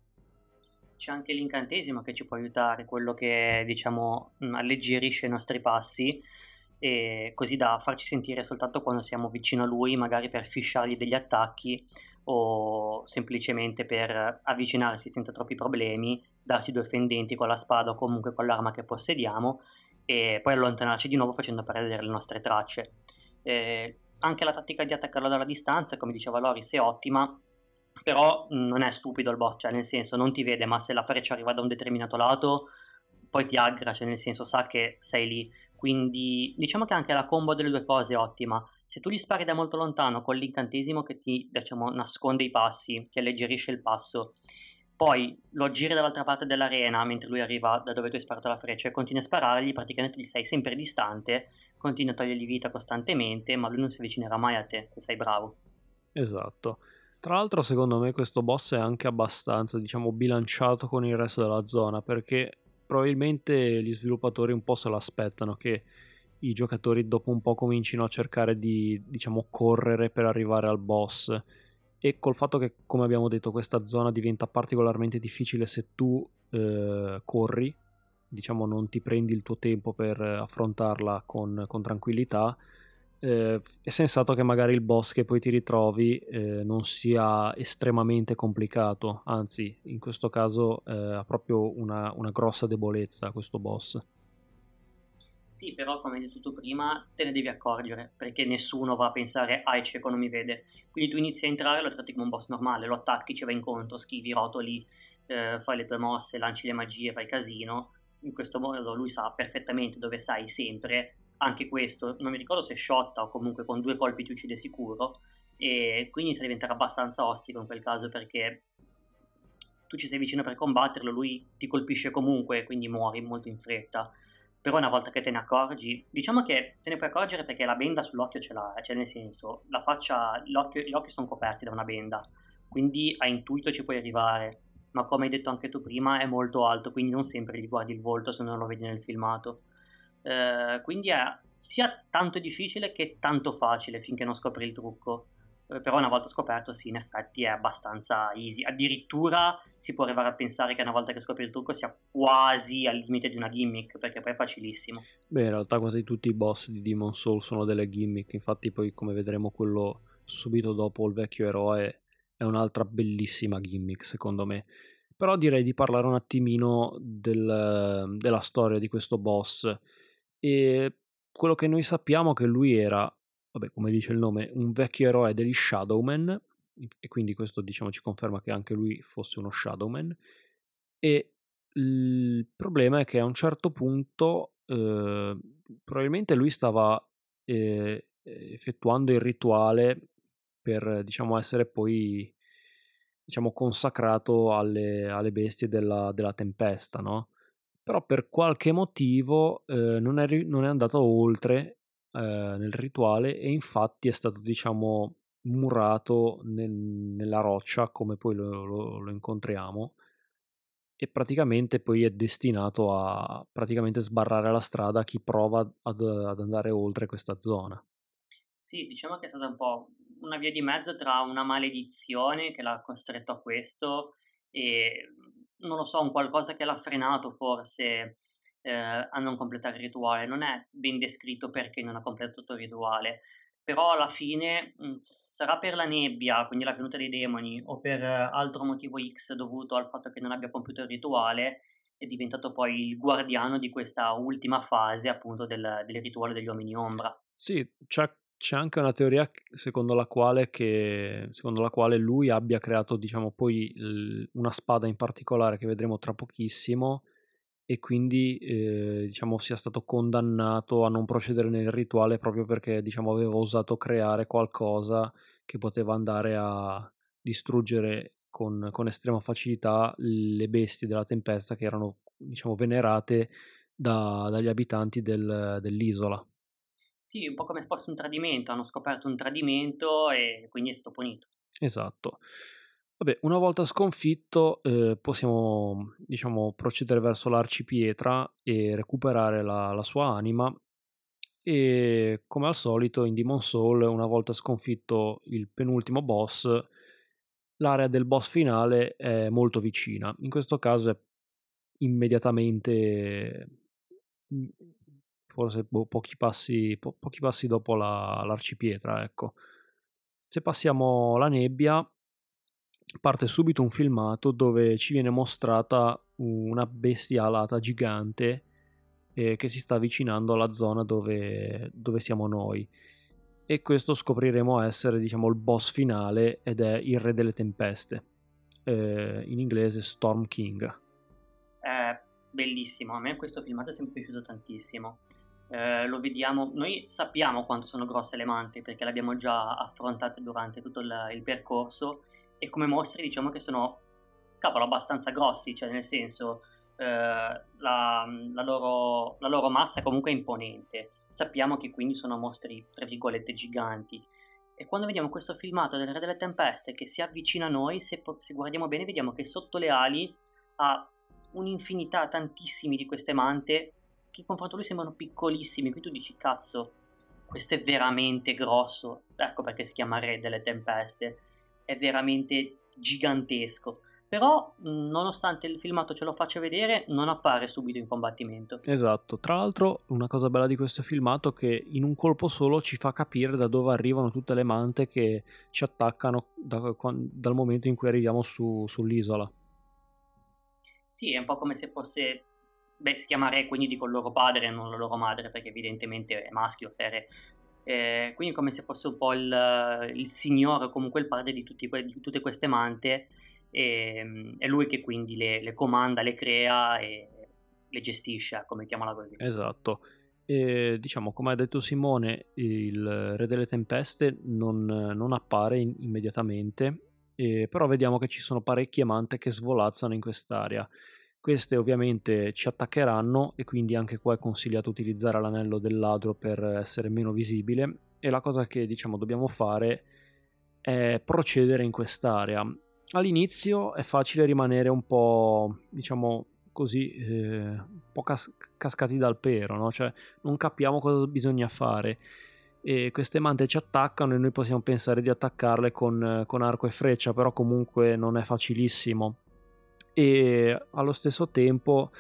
C'è anche l'incantesimo che ci può aiutare, quello che diciamo alleggerisce i nostri passi, e così da farci sentire soltanto quando siamo vicino a lui, magari per fisciargli degli attacchi o semplicemente per avvicinarsi senza troppi problemi, darci due fendenti con la spada o comunque con l'arma che possediamo, e poi allontanarci di nuovo facendo perdere le nostre tracce. Anche la tattica di attaccarlo dalla distanza, come diceva Loris, è ottima, però non è stupido il boss, cioè nel senso non ti vede, ma se la freccia arriva da un determinato lato poi ti aggra, cioè nel senso sa che sei lì. Quindi diciamo che anche la combo delle due cose è ottima. Se tu gli spari da molto lontano con l'incantesimo che ti diciamo nasconde i passi, ti alleggerisce il passo, poi lo giri dall'altra parte dell'arena mentre lui arriva da dove tu hai sparato la freccia e continui a sparargli, praticamente gli sei sempre distante, continui a togliergli vita costantemente, ma lui non si avvicinerà mai a te se sei bravo. Esatto. Tra l'altro secondo me questo boss è anche abbastanza diciamo bilanciato con il resto della zona, perché probabilmente gli sviluppatori un po' se l'aspettano che i giocatori dopo un po' comincino a cercare di diciamo correre per arrivare al boss, e col fatto che, come abbiamo detto, questa zona diventa particolarmente difficile se tu corri, diciamo non ti prendi il tuo tempo per affrontarla con tranquillità, è sensato che magari il boss che poi ti ritrovi non sia estremamente complicato, anzi in questo caso ha proprio una grossa debolezza questo boss. Sì, però come hai detto tu prima, te ne devi accorgere, perché nessuno va a pensare, ah, è cieco, non mi vede. Quindi tu inizi a entrare, lo tratti come un boss normale, lo attacchi, ci vai incontro, schivi, rotoli, fai le tue mosse, lanci le magie, fai casino. In questo modo lui sa perfettamente dove sei sempre, anche questo, non mi ricordo se shotta o comunque con due colpi ti uccide sicuro, e quindi inizia a diventare abbastanza ostico in quel caso, perché tu ci sei vicino per combatterlo, lui ti colpisce comunque, quindi muori molto in fretta. Però una volta che te ne accorgi, diciamo che te ne puoi accorgere perché la benda sull'occhio ce l'ha, cioè nel senso, la faccia, gli occhi sono coperti da una benda, quindi a intuito ci puoi arrivare, ma come hai detto anche tu prima è molto alto, quindi non sempre gli guardi il volto se non lo vedi nel filmato. Quindi è sia tanto difficile che tanto facile finché non scopri il trucco. Però una volta scoperto, sì, in effetti è abbastanza easy. Addirittura si può arrivare a pensare che una volta che scopri il trucco sia quasi al limite di una gimmick, perché poi è facilissimo. Beh, in realtà quasi tutti i boss di Demon Soul sono delle gimmick, infatti poi come vedremo quello subito dopo il vecchio eroe è un'altra bellissima gimmick secondo me. Però direi di parlare un attimino della storia di questo boss, e quello che noi sappiamo è che lui era, vabbè come dice il nome, un vecchio eroe degli Shadowmen, e quindi questo diciamo ci conferma che anche lui fosse uno Shadowman. E il problema è che a un certo punto probabilmente lui stava effettuando il rituale per diciamo essere poi diciamo consacrato alle bestie della tempesta, no? Però per qualche motivo non è andato oltre nel rituale, e infatti è stato diciamo murato nella roccia come poi lo incontriamo, e praticamente poi è destinato a praticamente sbarrare la strada a chi prova ad andare oltre questa zona. Sì, diciamo che è stata un po' una via di mezzo tra una maledizione che l'ha costretto a questo e non lo so, un qualcosa che l'ha frenato forse a non completare il rituale. Non è ben descritto perché non ha completato il rituale, però alla fine sarà per la nebbia, quindi la venuta dei demoni, o per altro motivo X dovuto al fatto che non abbia compiuto il rituale, è diventato poi il guardiano di questa ultima fase appunto del rituale degli uomini ombra. Sì, c'è anche una teoria secondo la quale lui abbia creato, diciamo, poi una spada in particolare che vedremo tra pochissimo, e quindi diciamo sia stato condannato a non procedere nel rituale proprio perché, diciamo, aveva osato creare qualcosa che poteva andare a distruggere con estrema facilità le bestie della tempesta che erano, diciamo, venerate dagli abitanti dell'isola. Sì, un po' come fosse un tradimento, hanno scoperto un tradimento e quindi è stato punito. Esatto. Vabbè, una volta sconfitto, possiamo, diciamo, procedere verso l'arcipietra e recuperare la sua anima, e come al solito in Demon Soul, una volta sconfitto il penultimo boss, l'area del boss finale è molto vicina. In questo caso è immediatamente, mh, forse pochi passi dopo l'arcipietra, ecco. Se passiamo la nebbia, parte subito un filmato dove ci viene mostrata una bestia alata gigante che si sta avvicinando alla zona dove siamo noi, e questo scopriremo essere, diciamo, il boss finale, ed è il Re delle Tempeste, in inglese Storm King. È bellissimo, a me questo filmato è sempre piaciuto tantissimo. Lo vediamo, noi sappiamo quanto sono grosse le mante perché le abbiamo già affrontate durante tutto il percorso, e come mostri diciamo che sono, cavolo, abbastanza grossi, cioè nel senso la loro massa è comunque imponente. Sappiamo che quindi sono mostri tra virgolette giganti, e quando vediamo questo filmato del Re delle Tempeste che si avvicina a noi, se guardiamo bene vediamo che sotto le ali ha un'infinità, tantissimi di queste mante che in confronto a lui sembrano piccolissimi, quindi tu dici cazzo, questo è veramente grosso, ecco perché si chiama Re delle Tempeste, è veramente gigantesco. Però nonostante il filmato ce lo faccia vedere, non appare subito in combattimento. Esatto, tra l'altro una cosa bella di questo filmato è che in un colpo solo ci fa capire da dove arrivano tutte le mante che ci attaccano dal momento in cui arriviamo sull'isola. Sì, è un po' come se fosse, si chiama Re, quindi dico il loro padre e non la loro madre, perché evidentemente è maschio, se è Re. Quindi come se fosse un po' il signore o comunque il padre di tutte queste mante, e è lui che quindi le comanda, le crea e le gestisce, ecco, mettiamola così. Esatto. E, diciamo, come ha detto Simone, il Re delle Tempeste non appare immediatamente, però vediamo che ci sono parecchie mante che svolazzano in quest'area. Queste ovviamente ci attaccheranno, e quindi anche qua è consigliato utilizzare l'anello del ladro per essere meno visibile, e la cosa che, diciamo, dobbiamo fare è procedere in quest'area. All'inizio è facile rimanere un po', diciamo così, un po' cascati dal pero, no? Cioè non capiamo cosa bisogna fare, e queste mante ci attaccano e noi possiamo pensare di attaccarle con arco e freccia, però comunque non è facilissimo, e allo stesso tempo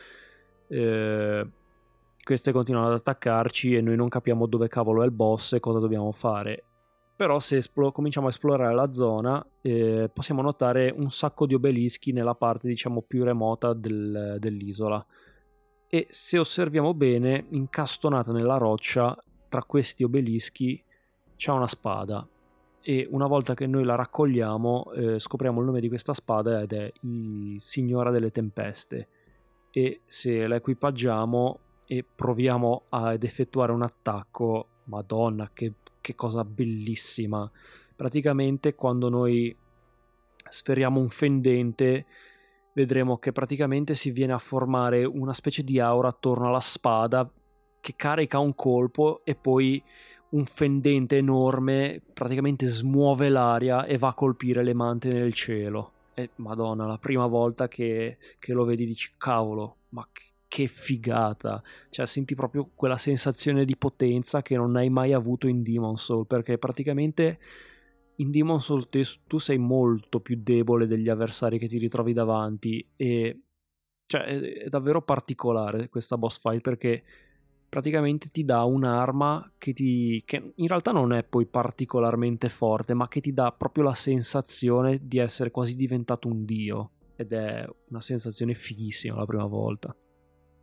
queste continuano ad attaccarci e noi non capiamo dove cavolo è il boss e cosa dobbiamo fare. Però se cominciamo a esplorare la zona, possiamo notare un sacco di obelischi nella parte, diciamo, più remota dell'isola, e se osserviamo bene, incastonata nella roccia tra questi obelischi c'è una spada, e una volta che noi la raccogliamo scopriamo il nome di questa spada, ed è Signora delle Tempeste, e se la equipaggiamo e proviamo ad effettuare un attacco, madonna, che cosa bellissima. Praticamente quando noi sferiamo un fendente vedremo che praticamente si viene a formare una specie di aura attorno alla spada che carica un colpo, e poi un fendente enorme praticamente smuove l'aria e va a colpire le mante nel cielo. E madonna, la prima volta che lo vedi dici cavolo, ma che figata, cioè senti proprio quella sensazione di potenza che non hai mai avuto in Demon Soul, perché praticamente in Demon Soul tu sei molto più debole degli avversari che ti ritrovi davanti, e cioè è davvero particolare questa boss fight, perché praticamente ti dà un'arma che in realtà non è poi particolarmente forte, ma che ti dà proprio la sensazione di essere quasi diventato un dio, ed è una sensazione fighissima la prima volta.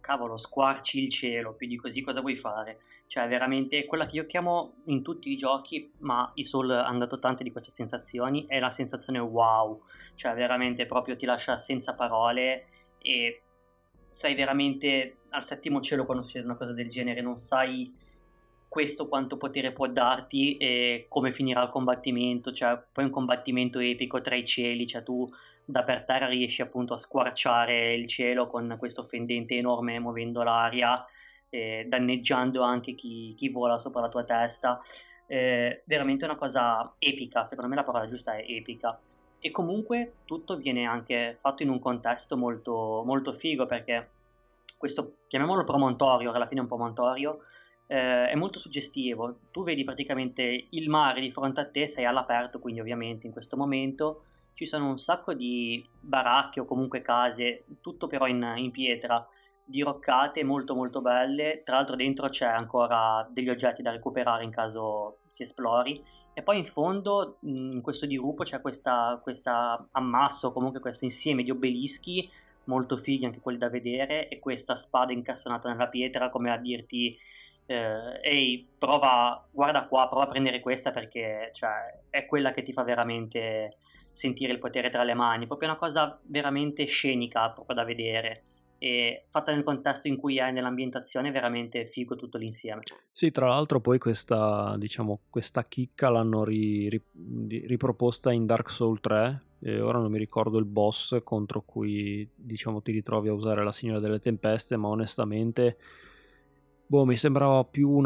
cavolo, squarci il cielo, più di così cosa vuoi fare? Cioè, veramente, quella che io chiamo in tutti i giochi, ma i Soul hanno dato tante di queste sensazioni, è la sensazione wow, cioè veramente proprio ti lascia senza parole e sei veramente al settimo cielo quando succede una cosa del genere, non sai questo quanto potere può darti e come finirà il combattimento, cioè poi un combattimento epico tra i cieli, cioè tu da per terra riesci appunto a squarciare il cielo con questo fendente enorme muovendo l'aria, danneggiando anche chi vola sopra la tua testa. Veramente una cosa epica, secondo me la parola giusta è epica. E comunque tutto viene anche fatto in un contesto molto, molto figo, perché questo, chiamiamolo promontorio, che alla fine è un promontorio, è molto suggestivo. Tu vedi praticamente il mare di fronte a te, sei all'aperto, quindi ovviamente in questo momento ci sono un sacco di baracche o comunque case, tutto però in pietra, diroccate, molto molto belle. Tra l'altro dentro c'è ancora degli oggetti da recuperare in caso si esplori. E poi in fondo, in questo dirupo, c'è questa ammasso, comunque questo insieme di obelischi molto fighi, anche quelli da vedere, e questa spada incastonata nella pietra come a dirti ehi, guarda qua, prova a prendere questa perché cioè, è quella che ti fa veramente sentire il potere tra le mani, proprio una cosa veramente scenica proprio da vedere e fatta nel contesto in cui è, nell'ambientazione, è veramente figo tutto l'insieme. Sì, tra l'altro poi questa, diciamo, questa chicca l'hanno riproposta in Dark Souls 3 e ora non mi ricordo il boss contro cui, diciamo, ti ritrovi a usare la Signora delle Tempeste, ma onestamente mi sembrava più un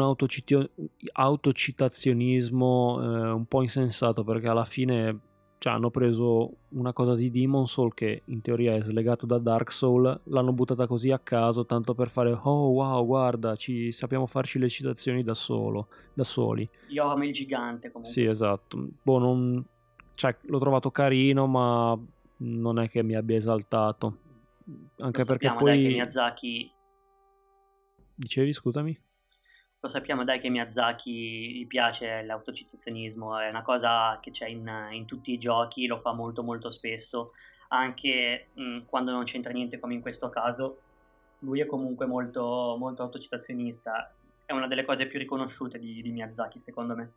autocitazionismo un po' insensato, perché alla fine cioè, hanno preso una cosa di Demon Soul che in teoria è slegato da Dark Soul, l'hanno buttata così a caso tanto per fare oh wow guarda ci sappiamo farci le citazioni da soli. Io amo il gigante Sì, comunque. esatto. Cioè, l'ho trovato carino, ma non è che mi abbia esaltato, Lo anche perché sappiamo dai che poi Miyazaki dicevi, scusami. Lo sappiamo dai che Miyazaki gli piace l'autocitazionismo, è una cosa che c'è in tutti i giochi, lo fa molto molto spesso, anche quando non c'entra niente come in questo caso, lui è comunque molto, molto autocitazionista, è una delle cose più riconosciute di Miyazaki secondo me.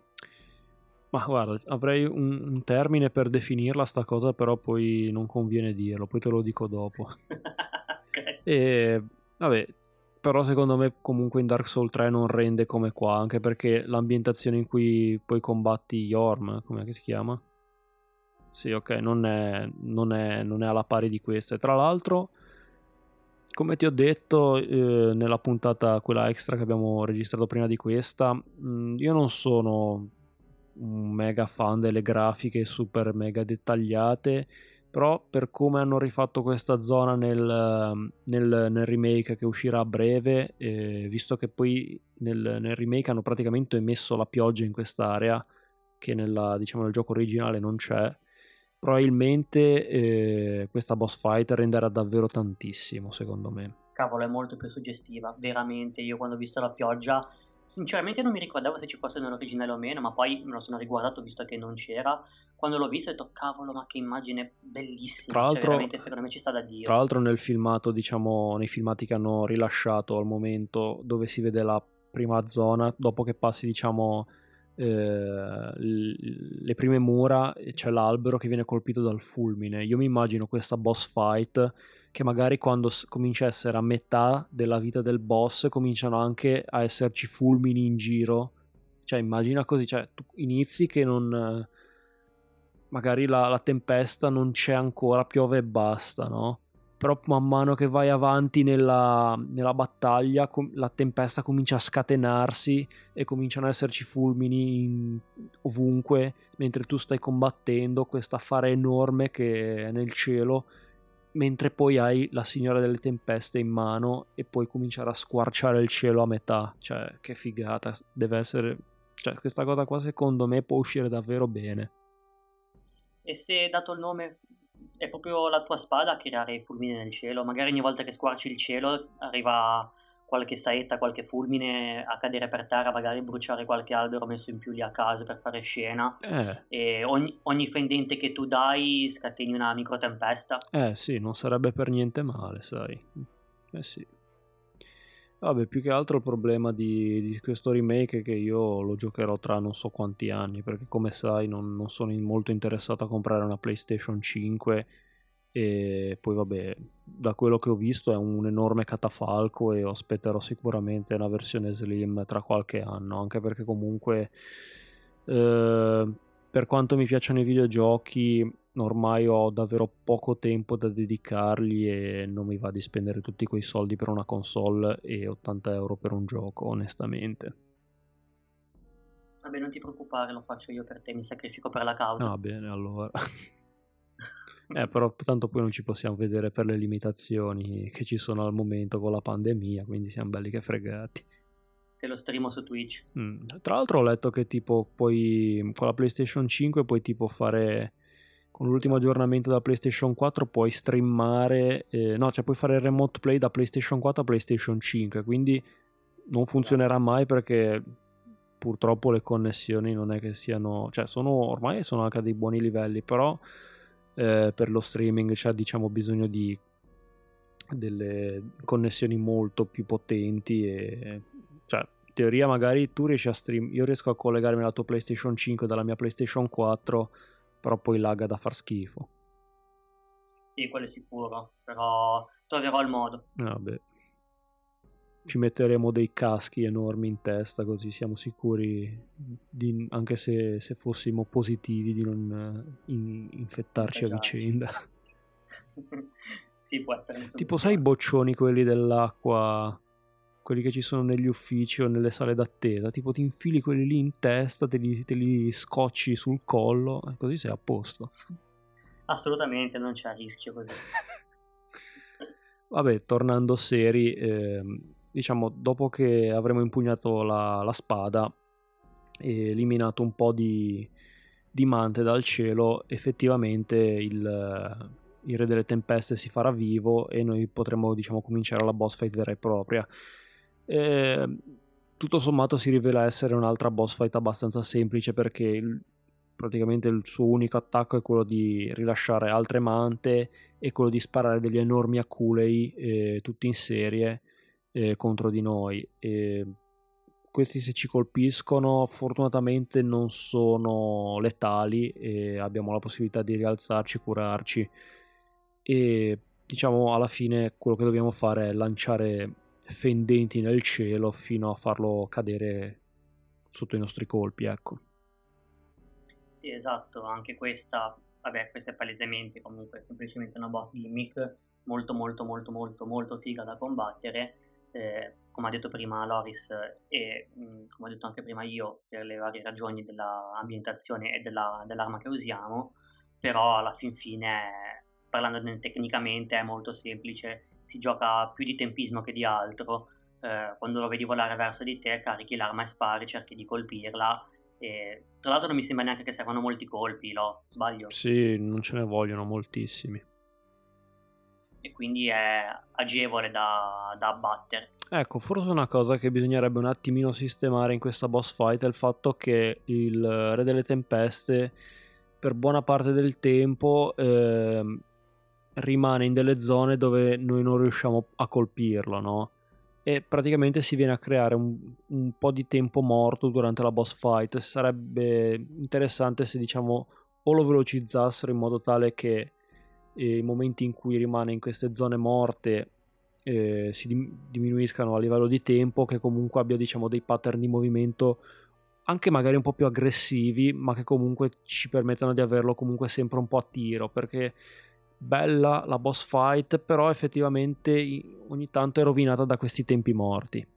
Ma guarda, avrei un termine per definirla sta cosa, però poi non conviene dirlo, poi te lo dico dopo. Ok. E vabbè, però secondo me comunque in Dark Souls 3 non rende come qua, anche perché l'ambientazione in cui poi combatti Yorm, com'è che si chiama? Sì, ok, non è alla pari di questa. E tra l'altro, come ti ho detto nella puntata quella extra che abbiamo registrato prima di questa, io non sono un mega fan delle grafiche super mega dettagliate, però per come hanno rifatto questa zona nel remake che uscirà a breve, visto che poi nel remake hanno praticamente messo la pioggia in quest'area che diciamo, nel gioco originale non c'è, probabilmente questa boss fight renderà davvero tantissimo secondo me. Cavolo, è molto più suggestiva, veramente. Io quando ho visto la pioggia, sinceramente non mi ricordavo se ci fosse nell'originale o meno, ma poi me lo sono riguardato visto che non c'era. Quando l'ho visto ho detto, cavolo, ma che immagine Tra bellissima, cioè l'altro, veramente secondo me ci sta da tra Dio. l'altro nel filmato, diciamo, nei filmati che hanno rilasciato al momento, dove si vede la prima zona, dopo che passi, diciamo, le prime mura, e c'è l'albero che viene colpito dal fulmine. Io mi immagino questa boss fight che magari quando comincia a essere a metà della vita del boss cominciano anche a esserci fulmini in giro. Cioè immagina così, cioè tu inizi che non magari la tempesta non c'è ancora, piove e basta, no? Però man mano che vai avanti nella battaglia la tempesta comincia a scatenarsi e cominciano ad esserci fulmini ovunque mentre tu stai combattendo questo affare enorme che è nel cielo, mentre poi hai la Signora delle Tempeste in mano e puoi cominciare a squarciare il cielo a metà. Cioè, che figata, deve essere... Cioè, questa cosa qua secondo me può uscire davvero bene. E se dato il nome è proprio la tua spada a creare i fulmini nel cielo, magari ogni volta che squarci il cielo arriva qualche saetta, qualche fulmine a cadere per terra, magari bruciare qualche albero messo in più lì a caso per fare scena, e ogni fendente che tu dai scateni una microtempesta. Sì, non sarebbe per niente male, sai. Sì. Vabbè, più che altro il problema di questo remake è che io lo giocherò tra non so quanti anni, perché come sai non sono molto interessato a comprare una PlayStation 5 e poi vabbè, da quello che ho visto è un enorme catafalco e aspetterò sicuramente una versione slim tra qualche anno, anche perché comunque eh, per quanto mi piacciono i videogiochi ormai ho davvero poco tempo da dedicargli e non mi va di spendere tutti quei soldi per una console e 80 euro per un gioco, onestamente. Vabbè, non ti preoccupare, lo faccio io per te, mi sacrifico per la causa. Ah, bene, allora. Però tanto poi non ci possiamo vedere per le limitazioni che ci sono al momento con la pandemia, quindi siamo belli che fregati. Te lo streamo su Twitch. Tra l'altro ho letto che tipo puoi con la PlayStation 5 puoi tipo fare con l'ultimo aggiornamento della PlayStation 4 puoi streamare no, cioè puoi fare il remote play da PlayStation 4 a PlayStation 5, quindi non funzionerà mai perché purtroppo le connessioni non è che siano, cioè ormai sono anche a dei buoni livelli, però per lo streaming c'è diciamo bisogno di delle connessioni molto più potenti e cioè in teoria magari tu riesci a io riesco a collegarmi alla tua PlayStation 5 dalla mia PlayStation 4, però poi lagga da far schifo. Sì, quello è sicuro, però troverò il modo. Vabbè, ci metteremo dei caschi enormi in testa così siamo sicuri anche se fossimo positivi di non infettarci a vicenda. Sì, può essere una Tipo sai i soluzione. boccioni quelli dell'acqua, quelli che ci sono negli uffici o nelle sale d'attesa, tipo ti infili quelli lì in testa, te li scocci sul collo e così sei a posto. Assolutamente, non c'è rischio così. Vabbè, tornando seri, diciamo dopo che avremo impugnato la spada e eliminato un po' di mante dal cielo, effettivamente il Re delle Tempeste si farà vivo e noi potremo diciamo cominciare la boss fight vera e propria. Tutto sommato si rivela essere un'altra boss fight abbastanza semplice perché praticamente il suo unico attacco è quello di rilasciare altre mante e quello di sparare degli enormi aculei tutti in serie contro di noi. Questi se ci colpiscono fortunatamente non sono letali e abbiamo la possibilità di rialzarci, curarci e diciamo alla fine quello che dobbiamo fare è lanciare fendenti nel cielo fino a farlo cadere sotto i nostri colpi, ecco. Sì, esatto, anche questa, vabbè, questa è palesemente comunque semplicemente una boss gimmick molto molto molto molto molto figa da combattere, come ha detto prima Loris e come ho detto anche prima io per le varie ragioni dell'ambientazione e dell'arma che usiamo, però alla fin fine, parlandone tecnicamente, è molto semplice, si gioca più di tempismo che di altro, quando lo vedi volare verso di te carichi l'arma e spari, cerchi di colpirla. E tra l'altro non mi sembra neanche che servano molti colpi, no? Sbaglio? Sì, non ce ne vogliono moltissimi. E quindi è agevole da abbattere. Ecco, forse una cosa che bisognerebbe un attimino sistemare in questa boss fight è il fatto che il Re delle Tempeste per buona parte del tempo rimane in delle zone dove noi non riusciamo a colpirlo, no? E praticamente si viene a creare un po' di tempo morto durante la boss fight. Sarebbe interessante se diciamo o lo velocizzassero in modo tale che i momenti in cui rimane in queste zone morte si diminuiscano a livello di tempo, che comunque abbia diciamo dei pattern di movimento anche magari un po' più aggressivi, ma che comunque ci permettano di averlo comunque sempre un po' a tiro, perché bella la boss fight, però effettivamente ogni tanto è rovinata da questi tempi morti.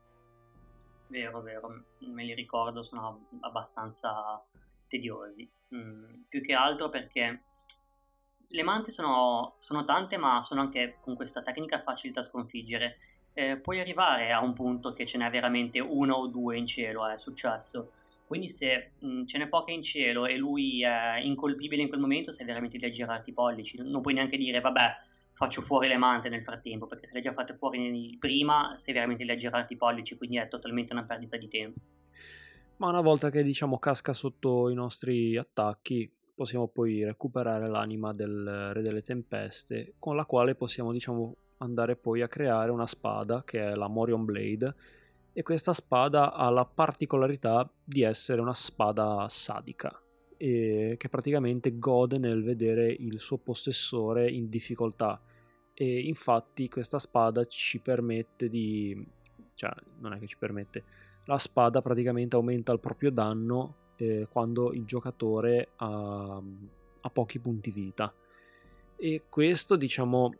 Vero, vero, me li ricordo, sono abbastanza tediosi. Più che altro perché le mante sono tante, ma sono anche con questa tecnica facili da sconfiggere. Puoi arrivare a un punto che ce n'è veramente uno o due in cielo, è successo. Quindi se ce n'è poche in cielo e lui è incolpibile in quel momento, sei veramente lì a girarti i pollici. Non puoi neanche dire, vabbè, faccio fuori le mante nel frattempo, perché se le hai già fatte fuori prima, sei veramente lì a girarti i pollici, quindi è totalmente una perdita di tempo. Ma una volta che diciamo casca sotto i nostri attacchi, possiamo poi recuperare l'anima del Re delle Tempeste, con la quale possiamo diciamo andare poi a creare una spada che è la Morion Blade, e questa spada ha la particolarità di essere una spada sadica, e che praticamente gode nel vedere il suo possessore in difficoltà. E infatti questa spada ci permette di, cioè non è che ci permette, la spada praticamente aumenta il proprio danno quando il giocatore ha pochi punti vita, e questo diciamo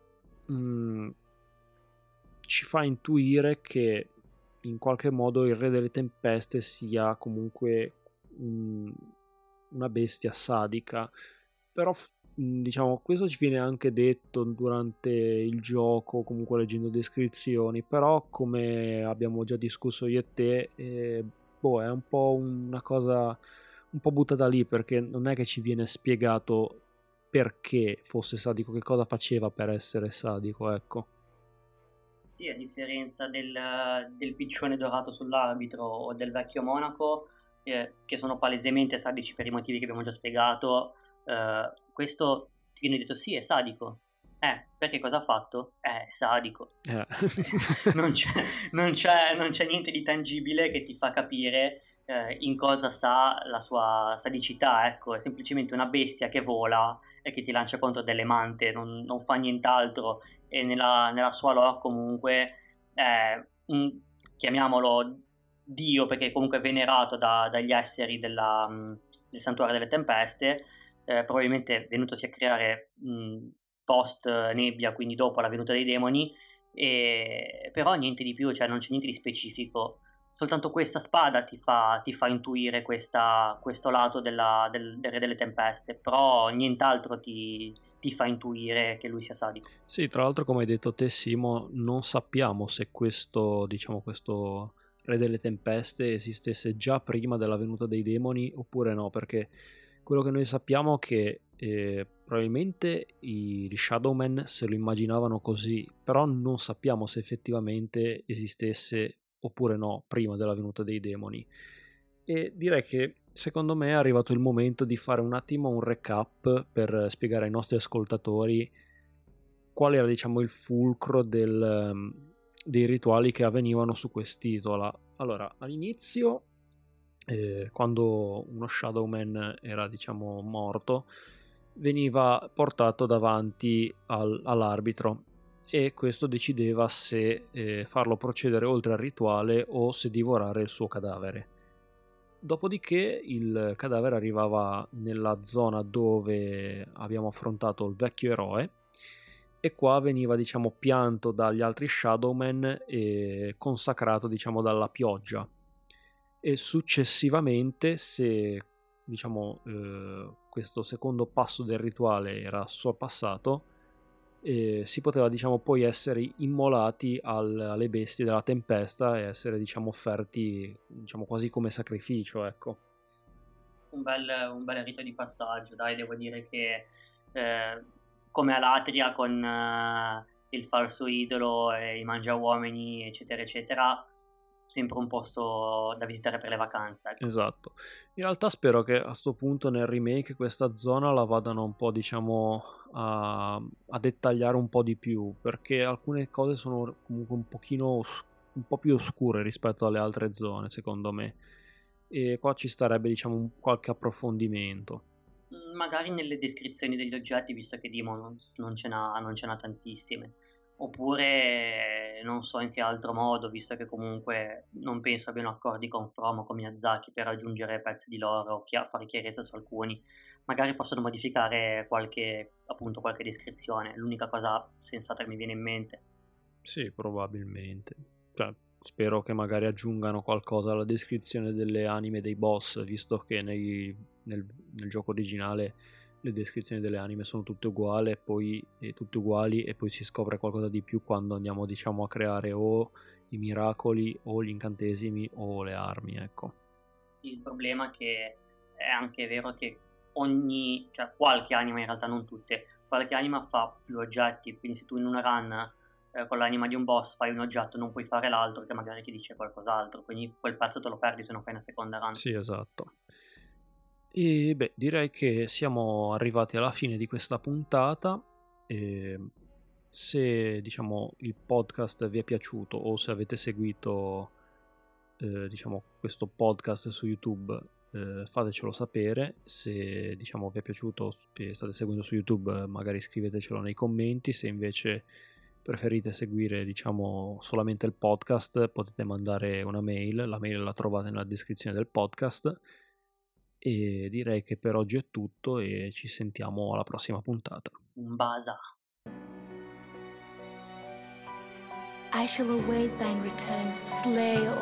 ci fa intuire che in qualche modo il Re delle Tempeste sia comunque una bestia sadica. Però diciamo questo ci viene anche detto durante il gioco, comunque leggendo descrizioni, però come abbiamo già discusso io e te, è un po' una cosa un po' buttata lì, perché non è che ci viene spiegato perché fosse sadico, che cosa faceva per essere sadico, ecco. Sì, a differenza del piccione dorato sull'arbitro o del vecchio monaco, che sono palesemente sadici per i motivi che abbiamo già spiegato, questo ti viene detto sì, è sadico. Perché cosa ha fatto? È sadico. Non c'è niente di tangibile che ti fa capire in cosa sta la sua sadicità, ecco, è semplicemente una bestia che vola e che ti lancia contro delle mante, non fa nient'altro, e nella sua lore comunque chiamiamolo Dio, perché comunque è venerato dagli esseri del santuario delle tempeste, probabilmente venutosi a creare post nebbia, quindi dopo la venuta dei demoni, però niente di più, cioè non c'è niente di specifico. Soltanto questa spada ti fa intuire questo lato del Re delle Tempeste, però nient'altro ti fa intuire che lui sia sadico. Sì, tra l'altro come hai detto te Simo, non sappiamo se questo Re delle Tempeste esistesse già prima della venuta dei demoni oppure no, perché quello che noi sappiamo è che probabilmente gli Shadowmen se lo immaginavano così, però non sappiamo se effettivamente esistesse oppure no prima della venuta dei demoni. E direi che secondo me è arrivato il momento di fare un attimo un recap per spiegare ai nostri ascoltatori qual era diciamo il fulcro dei rituali che avvenivano su quest'isola. Allora, all'inizio, quando uno Shadowman era diciamo morto, veniva portato davanti all'arbitro, e questo decideva se farlo procedere oltre al rituale o se divorare il suo cadavere. Dopodiché il cadavere arrivava nella zona dove abbiamo affrontato il vecchio eroe, e qua veniva diciamo pianto dagli altri Shadowmen e consacrato diciamo dalla pioggia, e successivamente se diciamo questo secondo passo del rituale era sorpassato, si poteva diciamo poi essere immolati alle bestie della tempesta e essere diciamo offerti diciamo quasi come sacrificio, ecco. Un bel rito di passaggio, dai, devo dire che come Alatria con il falso idolo e i mangiauomini eccetera eccetera, sempre un posto da visitare per le vacanze, ecco. Esatto. In realtà spero che a sto punto nel remake questa zona la vadano un po' diciamo a dettagliare un po' di più, perché alcune cose sono comunque un po' più oscure rispetto alle altre zone secondo me, e qua ci starebbe diciamo qualche approfondimento. Magari nelle descrizioni degli oggetti, visto che Demon non ce n'ha tantissime, oppure non so in che altro modo, visto che comunque non penso abbiano accordi con From o con Miyazaki per aggiungere pezzi di lore o fare chiarezza su alcuni. Magari possono modificare qualche descrizione, l'unica cosa sensata che mi viene in mente. Sì, probabilmente. Cioè, spero che magari aggiungano qualcosa alla descrizione delle anime dei boss, visto che nel gioco originale le descrizioni delle anime sono tutte uguali, e poi si scopre qualcosa di più quando andiamo diciamo a creare o i miracoli o gli incantesimi o le armi, ecco. Sì, il problema è che è anche vero che qualche anima, in realtà non tutte, qualche anima fa più oggetti, quindi se tu in una run con l'anima di un boss fai un oggetto, non puoi fare l'altro che magari ti dice qualcos'altro, quindi quel pezzo te lo perdi se non fai una seconda run. Sì, esatto. E beh, direi che siamo arrivati alla fine di questa puntata. Se diciamo il podcast vi è piaciuto o se avete seguito diciamo questo podcast su YouTube, fatecelo sapere. Se diciamo vi è piaciuto e state seguendo su YouTube, magari scrivetecelo nei commenti. Se invece preferite seguire diciamo solamente il podcast, potete mandare una mail, la mail la trovate nella descrizione del podcast. E direi che per oggi è tutto e ci sentiamo alla prossima puntata. Un basa. I shall await thine return, slayer